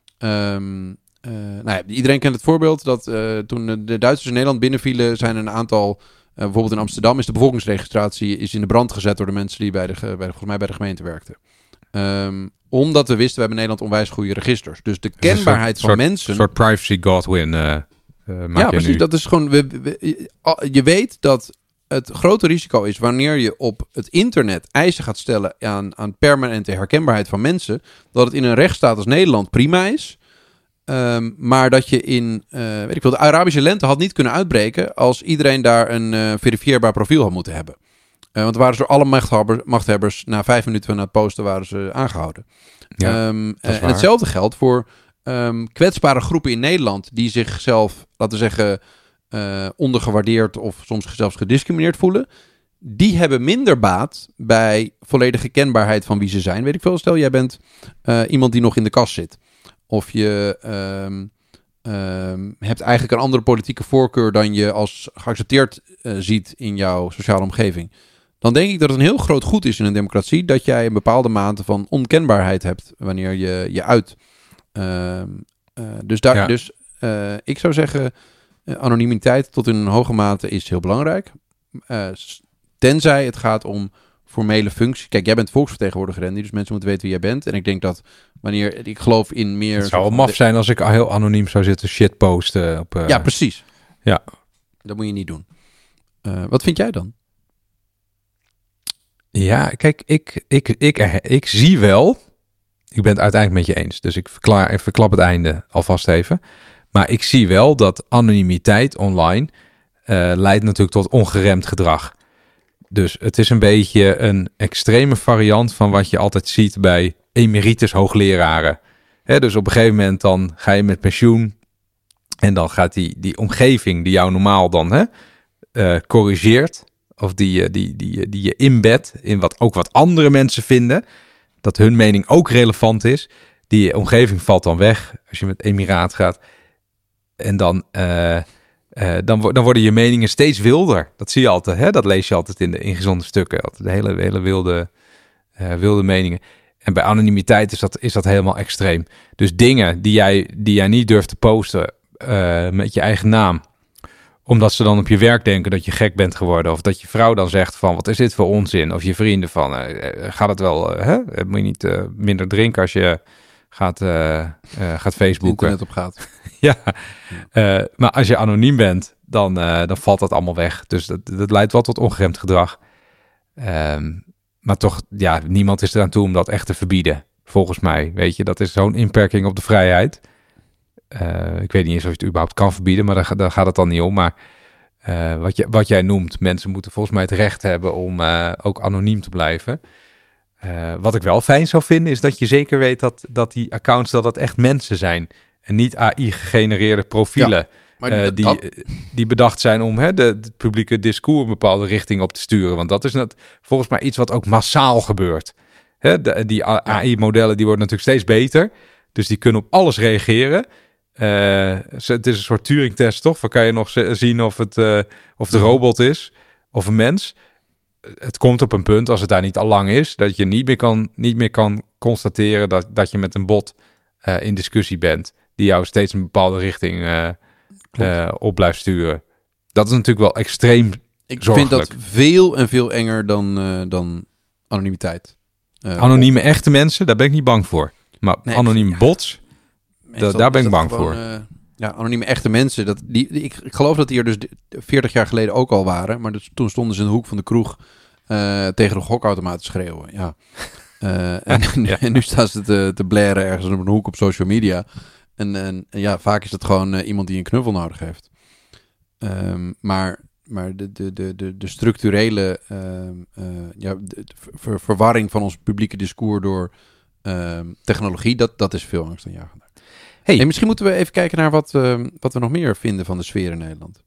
Um, uh, nou ja, iedereen kent het voorbeeld dat uh, toen de Duitsers in Nederland binnenvielen, zijn er een aantal, uh, bijvoorbeeld in Amsterdam, is de bevolkingsregistratie is in de brand gezet door de mensen die bij de, bij de, volgens mij bij de gemeente werkten. Um, omdat we wisten, we hebben in Nederland onwijs goede registers. Dus de kenbaarheid van soort, mensen... Een soort privacy Godwin uh, uh, maak ja, je precies. nu. Dat is gewoon... We, we, je weet dat het grote risico is wanneer je op het internet eisen gaat stellen aan, aan permanente herkenbaarheid van mensen, dat het in een rechtsstaat als Nederland prima is, um, maar dat je in, uh, weet ik veel, de Arabische lente had niet kunnen uitbreken als iedereen daar een uh, verifieerbaar profiel had moeten hebben. Uh, want waren ze door alle machthebbers, machthebbers na vijf minuten na het posten waren ze aangehouden. Ja, um, uh, en hetzelfde geldt voor um, kwetsbare groepen in Nederland die zichzelf, laten we zeggen, Uh, ondergewaardeerd of soms zelfs gediscrimineerd voelen. Die hebben minder baat bij volledige kenbaarheid van wie ze zijn. Weet ik veel, stel jij bent uh, iemand die nog in de kast zit. Of je um, um, hebt eigenlijk een andere politieke voorkeur dan je als geaccepteerd uh, ziet in jouw sociale omgeving. Dan denk ik dat het een heel groot goed is in een democratie dat jij een bepaalde mate van onkenbaarheid hebt wanneer je je uit. Uh, uh, dus daar, ja. dus uh, ik zou zeggen, Uh, anonimiteit tot in een hoge mate is heel belangrijk. Uh, tenzij het gaat om formele functie. Kijk, jij bent volksvertegenwoordiger, Randy, dus mensen moeten weten wie jij bent. En ik denk dat wanneer... Ik geloof in meer... Het zou wel maf zijn als ik heel anoniem zou zitten shitposten. Op, uh... Ja, precies. Ja. Dat moet je niet doen. Uh, wat vind jij dan? Ja, kijk, ik, ik, ik, ik, ik zie wel... Ik ben het uiteindelijk met je eens. Dus ik verklaar, ik verklap het einde alvast even. Maar ik zie wel dat anonimiteit online uh, leidt natuurlijk tot ongeremd gedrag. Dus het is een beetje een extreme variant van wat je altijd ziet bij emeritus hoogleraren. Hè, dus op een gegeven moment dan ga je met pensioen en dan gaat die, die omgeving die jou normaal dan hè, uh, corrigeert of die, die, die, die je inbedt in wat ook wat andere mensen vinden, dat hun mening ook relevant is. Die omgeving valt dan weg als je met emiraat gaat. En dan, uh, uh, dan, dan worden je meningen steeds wilder. Dat zie je altijd, hè? Dat lees je altijd in de ingezonde stukken. Altijd de hele, hele wilde, uh, wilde meningen. En bij anonimiteit is dat, is dat helemaal extreem. Dus dingen die jij, die jij niet durft te posten uh, met je eigen naam, omdat ze dan op je werk denken dat je gek bent geworden. Of dat je vrouw dan zegt van, wat is dit voor onzin? Of je vrienden van, uh, gaat het wel, uh, hè? Moet je niet uh, minder drinken als je gaat, uh, uh, gaat Facebooken. Internet op gaat. Ja, uh, maar als je anoniem bent, dan, uh, dan valt dat allemaal weg. Dus dat, dat leidt wel tot ongeremd gedrag. Um, maar toch, ja, niemand is eraan toe om dat echt te verbieden. Volgens mij, weet je, dat is zo'n inperking op de vrijheid. Uh, ik weet niet eens of je het überhaupt kan verbieden, maar daar, daar gaat het dan niet om. Maar uh, wat, je, wat jij noemt, mensen moeten volgens mij het recht hebben om uh, ook anoniem te blijven. Uh, wat ik wel fijn zou vinden, is dat je zeker weet dat, dat die accounts, dat dat echt mensen zijn. En niet A I-gegenereerde profielen ja, maar uh, die, dat... die bedacht zijn om hè, de, het publieke discours een bepaalde richting op te sturen. Want dat is net, volgens mij iets wat ook massaal gebeurt. Hè, de, die A I-modellen die worden natuurlijk steeds beter. Dus die kunnen op alles reageren. Uh, het is een soort Turing-test, toch? Van kan je nog zien of het, uh, of de robot is of een mens. Het komt op een punt, als het daar niet al lang is, dat je niet meer kan, niet meer kan constateren dat, dat je met een bot uh, in discussie bent, die jou steeds een bepaalde richting uh, uh, op blijft sturen. Dat is natuurlijk wel extreem Ik zorgelijk. vind dat veel en veel enger dan, uh, dan anonimiteit. Uh, Anonieme echte mensen, daar ben ik niet bang voor. Maar nee, anonieme ja. bots, Meestal Da- daar ben is ik dat bang gewoon, voor. Uh, ja, anonieme echte mensen. Dat, die, die, ik, ik geloof dat die er dus veertig jaar geleden ook al waren. Maar dus, toen stonden ze in de hoek van de kroeg uh, tegen de gokautomaat te schreeuwen. Ja. Uh, en, ja. en nu staan ze te, te blaren ergens op een hoek op social media. En, en, en ja, vaak is het gewoon uh, iemand die een knuffel nodig heeft. Um, maar maar de, de, de, de, de structurele uh, uh, ja, de ver, verwarring van ons publieke discours door uh, technologie, dat, dat is veel angstaanjagender. Hey. En misschien moeten we even kijken naar wat, uh, wat we nog meer vinden van de sfeer in Nederland.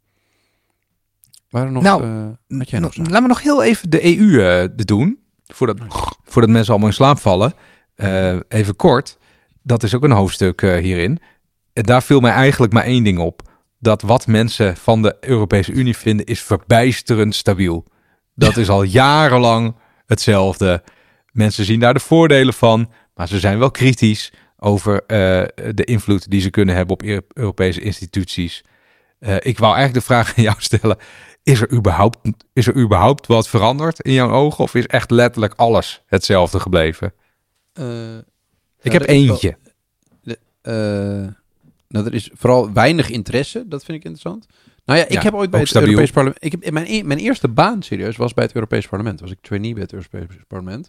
Waren nog, nou, uh, had jij nog n- laten we nog heel even de E U uh, doen. Voordat, voordat mensen allemaal in slaap vallen. Uh, even kort. Dat is ook een hoofdstuk uh, hierin. En daar viel mij eigenlijk maar één ding op. Dat wat mensen van de Europese Unie vinden is verbijsterend stabiel. Dat is al jarenlang hetzelfde. Mensen zien daar de voordelen van. Maar ze zijn wel kritisch over uh, de invloed die ze kunnen hebben op Europese instituties. Uh, ik wou eigenlijk de vraag aan jou stellen. Is er überhaupt, is er überhaupt wat veranderd in jouw ogen? Of is echt letterlijk alles hetzelfde gebleven? Uh, ik ja, heb eentje. Wel, de, uh, nou, er is vooral weinig interesse. Dat vind ik interessant. Nou ja, ik ja, heb ooit bij het stabiel. Europees Parlement... Ik heb, mijn, mijn eerste baan, serieus, was bij het Europees Parlement. Was ik trainee bij het Europees Parlement.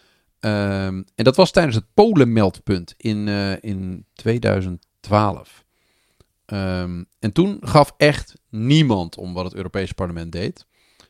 Um, en dat was tijdens het Polenmeldpunt in, uh, in tweeduizend twaalf. Um, en toen gaf echt niemand om wat het Europees Parlement deed.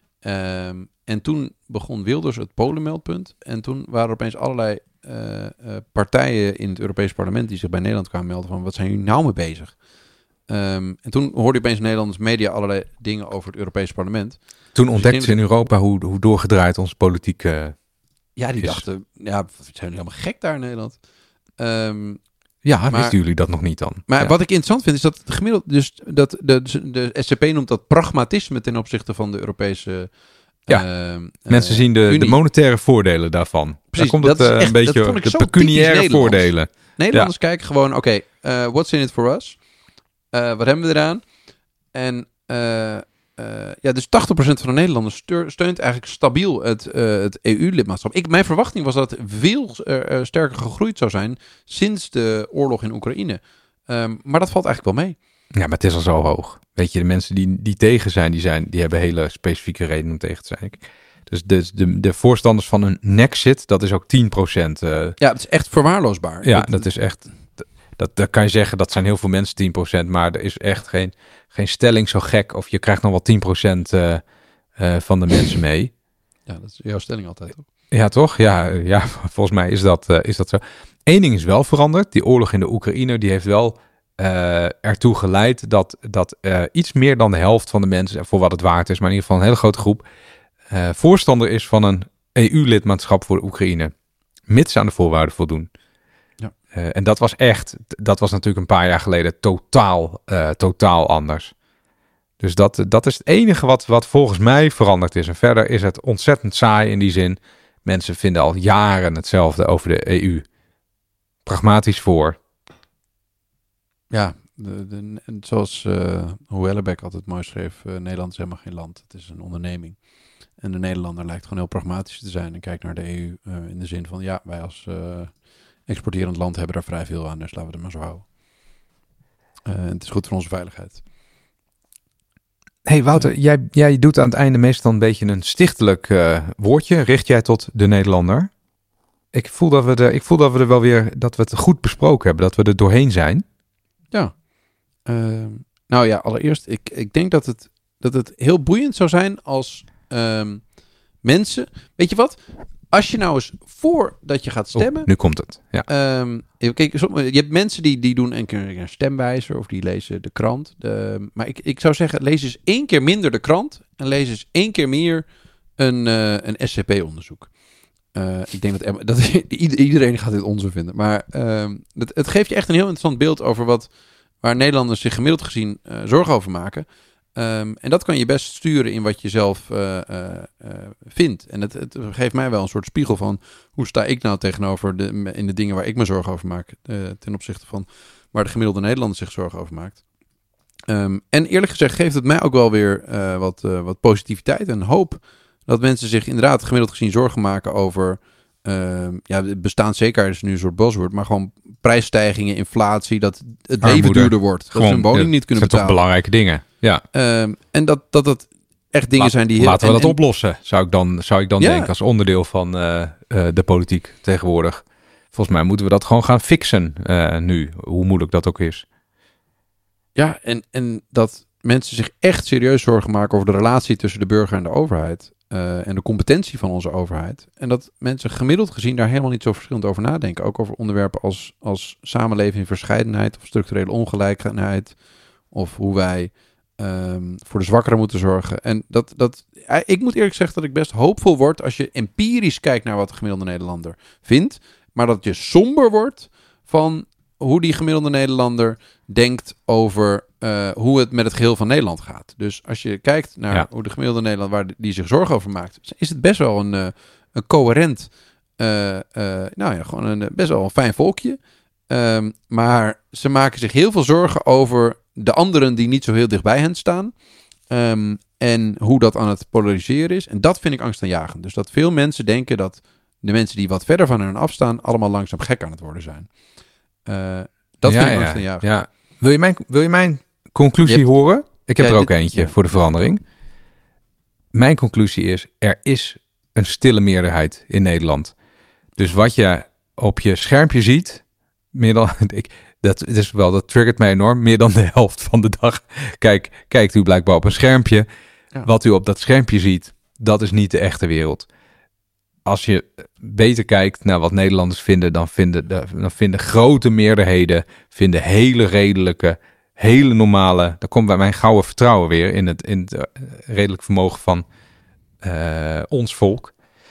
Um, en toen begon Wilders het Polenmeldpunt. En toen waren er opeens allerlei uh, uh, partijen in het Europees Parlement die zich bij Nederland kwamen melden van wat zijn jullie nou mee bezig? Um, en toen hoorde je opeens in Nederlandse media allerlei dingen over het Europees Parlement. Toen dus ontdekten ze in Europa hoe, hoe doorgedraaid ons politiek uh, Ja, die is. dachten, ja, we zijn helemaal gek daar in Nederland. Um, Ja, maar, wisten jullie dat nog niet dan? Maar ja. wat ik interessant vind, is dat het gemiddeld, dus dat de, de, de S C P noemt dat pragmatisme ten opzichte van de Europese ja. uh, Mensen uh, zien de, de monetaire voordelen daarvan. Precies, daar komt het uh, echt, een beetje de pecuniaire voordelen. Nederlanders ja. kijken gewoon, oké, okay, uh, what's in it for us? Uh, wat hebben we eraan? En uh, Uh, ja, dus tachtig procent van de Nederlanders steunt eigenlijk stabiel het, uh, het E U-lidmaatschap. Ik, mijn verwachting was dat het veel uh, uh, sterker gegroeid zou zijn sinds de oorlog in Oekraïne. Um, maar dat valt eigenlijk wel mee. Ja, maar het is al zo hoog. Weet je, de mensen die, die tegen zijn, die zijn, die hebben hele specifieke redenen om tegen te zijn. Dus de, de, de voorstanders van een Nexit, dat is ook tien procent. Uh, ja, het is echt verwaarloosbaar. Ja, dat, dat is echt... Dat, dat kan je zeggen, dat zijn heel veel mensen, tien procent. Maar er is echt geen, geen stelling zo gek. Of je krijgt nog wel tien procent uh, uh, van de mensen mee. Ja, dat is jouw stelling altijd, toch? Ja, toch? Ja, ja volgens mij is dat, uh, is dat zo. Eén ding is wel veranderd. Die oorlog in de Oekraïne, die heeft wel uh, ertoe geleid... dat, dat uh, iets meer dan de helft van de mensen, voor wat het waard is... maar in ieder geval een hele grote groep... Uh, voorstander is van een E U-lidmaatschap voor de Oekraïne. Mits aan de voorwaarden voldoen. Ja. Uh, en dat was echt, dat was natuurlijk een paar jaar geleden totaal, uh, totaal anders. Dus dat, dat is het enige wat, wat volgens mij veranderd is. En verder is het ontzettend saai in die zin. Mensen vinden al jaren hetzelfde over de E U. Pragmatisch voor. Ja, de, de, zoals uh, Houellebecq altijd mooi schreef, uh, Nederland is helemaal geen land, het is een onderneming. En de Nederlander lijkt gewoon heel pragmatisch te zijn en kijkt naar de E U uh, in de zin van, ja, wij als... Uh, exporterend land hebben daar vrij veel aan, dus laten we het maar zo houden. Uh, het is goed voor onze veiligheid. Hey Wouter, uh, jij, jij doet aan het einde meestal een beetje een stichtelijk uh, woordje. Richt jij tot de Nederlander? Ik voel dat we er, ik voel dat we er wel weer, dat we het goed besproken hebben, dat we er doorheen zijn. Ja. Uh, nou ja, allereerst, ik, ik denk dat het, dat het heel boeiend zou zijn als um, mensen, weet je wat? Als je nou eens voordat je gaat stemmen... Oh, nu komt het, ja. Um, kijk, je hebt mensen die, die doen een keer een stemwijzer of die lezen de krant. De, maar ik, ik zou zeggen, lees eens één keer minder de krant en lees eens één keer meer een, uh, een S C P-onderzoek. Uh, ik denk dat, dat iedereen gaat dit onzin vinden. Maar um, het, het geeft je echt een heel interessant beeld over wat, waar Nederlanders zich gemiddeld gezien uh, zorgen over maken. Um, en dat kan je best sturen in wat je zelf uh, uh, uh, vindt. En het, het geeft mij wel een soort spiegel van... hoe sta ik nou tegenover de, in de dingen waar ik me zorgen over maak... Uh, ten opzichte van waar de gemiddelde Nederlander zich zorgen over maakt. Um, en eerlijk gezegd geeft het mij ook wel weer uh, wat, uh, wat positiviteit en hoop... dat mensen zich inderdaad gemiddeld gezien zorgen maken over... uh, ja, bestaanszekerheid is nu een soort buzzword, maar gewoon prijsstijgingen, inflatie, dat het leven Armoede. duurder wordt. Gewoon, dat ze een woning ja, niet kunnen dat zijn betalen. toch belangrijke dingen. Ja. Um, en dat dat het echt dingen Laat, zijn die... Heel, laten we en, dat en, oplossen, zou ik dan, zou ik dan ja. denken, als onderdeel van uh, uh, de politiek tegenwoordig. Volgens mij moeten we dat gewoon gaan fixen uh, nu, hoe moeilijk dat ook is. Ja, en, en dat mensen zich echt serieus zorgen maken over de relatie tussen de burger en de overheid. Uh, en de competentie van onze overheid. En dat mensen gemiddeld gezien daar helemaal niet zo verschillend over nadenken. Ook over onderwerpen als, als samenleving in verscheidenheid of structurele ongelijkheid. Of hoe wij um, voor de zwakkeren moeten zorgen. En dat, dat, ik moet eerlijk zeggen dat ik best hoopvol word als je empirisch kijkt naar wat de gemiddelde Nederlander vindt. Maar dat je somber wordt van hoe die gemiddelde Nederlander denkt over uh, hoe het met het geheel van Nederland gaat. Dus als je kijkt naar ja. hoe de gemiddelde Nederlander, waar die zich zorgen over maakt, is het best wel een, uh, een coherent, uh, uh, nou ja, gewoon een best wel een fijn volkje. Um, maar ze maken zich heel veel zorgen over de anderen die niet zo heel dicht bij hen staan. Um, en hoe dat aan het polariseren is. En dat vind ik angstaanjagend. Dus dat veel mensen denken dat de mensen die wat verder van hen afstaan allemaal langzaam gek aan het worden zijn. Uh, dat ja, vind ik ja, angstaanjagend. Ja. Wil je mijn, wil je mijn conclusie hebt, horen? Ik heb ja, er ook dit, eentje ja. voor de verandering. Mijn conclusie is, er is een stille meerderheid in Nederland. Dus wat je op je schermpje ziet, meer dan, ik, dat, is wel, dat triggert mij enorm, meer dan de helft van de dag kijk, kijkt u blijkbaar op een schermpje. Ja. Wat u op dat schermpje ziet, dat is niet de echte wereld. Als je beter kijkt naar wat Nederlanders vinden, dan vinden, de, dan vinden grote meerderheden, vinden hele redelijke, hele normale, dan komt bij mijn gouden vertrouwen weer in het, in het uh, redelijk vermogen van uh, ons volk.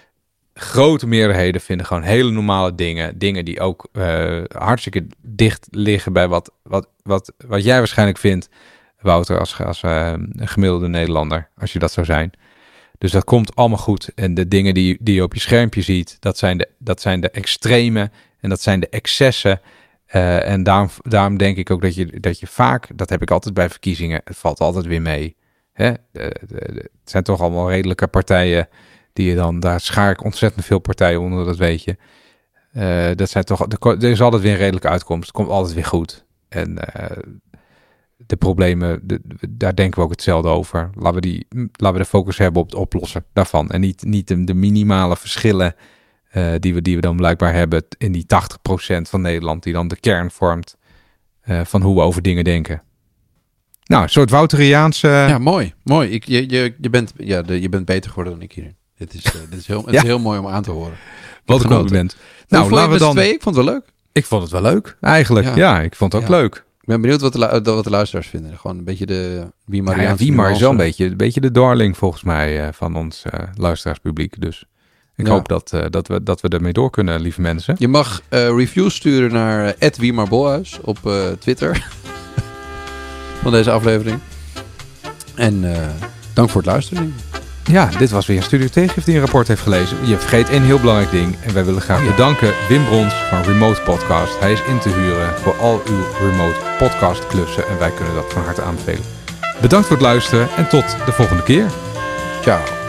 Grote meerderheden vinden gewoon hele normale dingen, dingen die ook uh, hartstikke dicht liggen bij wat, wat, wat, wat jij waarschijnlijk vindt, Wouter, als, als uh, een gemiddelde Nederlander, als je dat zou zijn. Dus dat komt allemaal goed. En de dingen die, die je op je schermpje ziet, dat zijn de, dat zijn de extreme en dat zijn de excessen. Uh, en daarom, daarom denk ik ook dat je, dat je vaak, dat heb ik altijd bij verkiezingen, het valt altijd weer mee. Hè? De, de, de, het zijn toch allemaal redelijke partijen die je dan, daar schaar ik ontzettend veel partijen onder, dat weet je. Uh, dat zijn toch, er is altijd weer een redelijke uitkomst. Het komt altijd weer goed. En uh, de problemen, de, daar denken we ook hetzelfde over. Laten we, die, laten we de focus hebben op het oplossen daarvan. En niet, niet de, de minimale verschillen uh, die, we, die we dan blijkbaar hebben in die tachtig procent van Nederland, die dan de kern vormt uh, van hoe we over dingen denken. Nou, een soort Wouteriaanse... Ja, mooi. Mooi. Ik, je, je, je, bent, ja, de, je bent beter geworden dan ik hierin. Dit is, uh, dit is, heel, het ja. is heel mooi om aan te horen. Wat een compliment. Nou, laten we dan... Twee? Ik vond het wel leuk. Ik vond het wel leuk, eigenlijk. Ja, ja ik vond het ook ja. leuk. Ik ben benieuwd wat de, wat de luisteraars vinden. Gewoon een beetje de Wiemar. Ja, ja, Wiemar is wel een beetje, een beetje de darling volgens mij uh, van ons uh, luisteraarspubliek. Dus ik ja. hoop dat, uh, dat, we, dat we ermee door kunnen, lieve mensen. Je mag uh, reviews sturen naar uh, at Wiemar Bolhuis op uh, Twitter van deze aflevering. En uh, dank voor het luisteren. Ja, dit was weer een Studio Tegengif die een rapport heeft gelezen. Je vergeet één heel belangrijk ding. En wij willen graag oh ja. bedanken Wim Brons van Remote Podcast. Hij is in te huren voor al uw remote podcast klussen. En wij kunnen dat van harte aanbevelen. Bedankt voor het luisteren en tot de volgende keer. Ciao.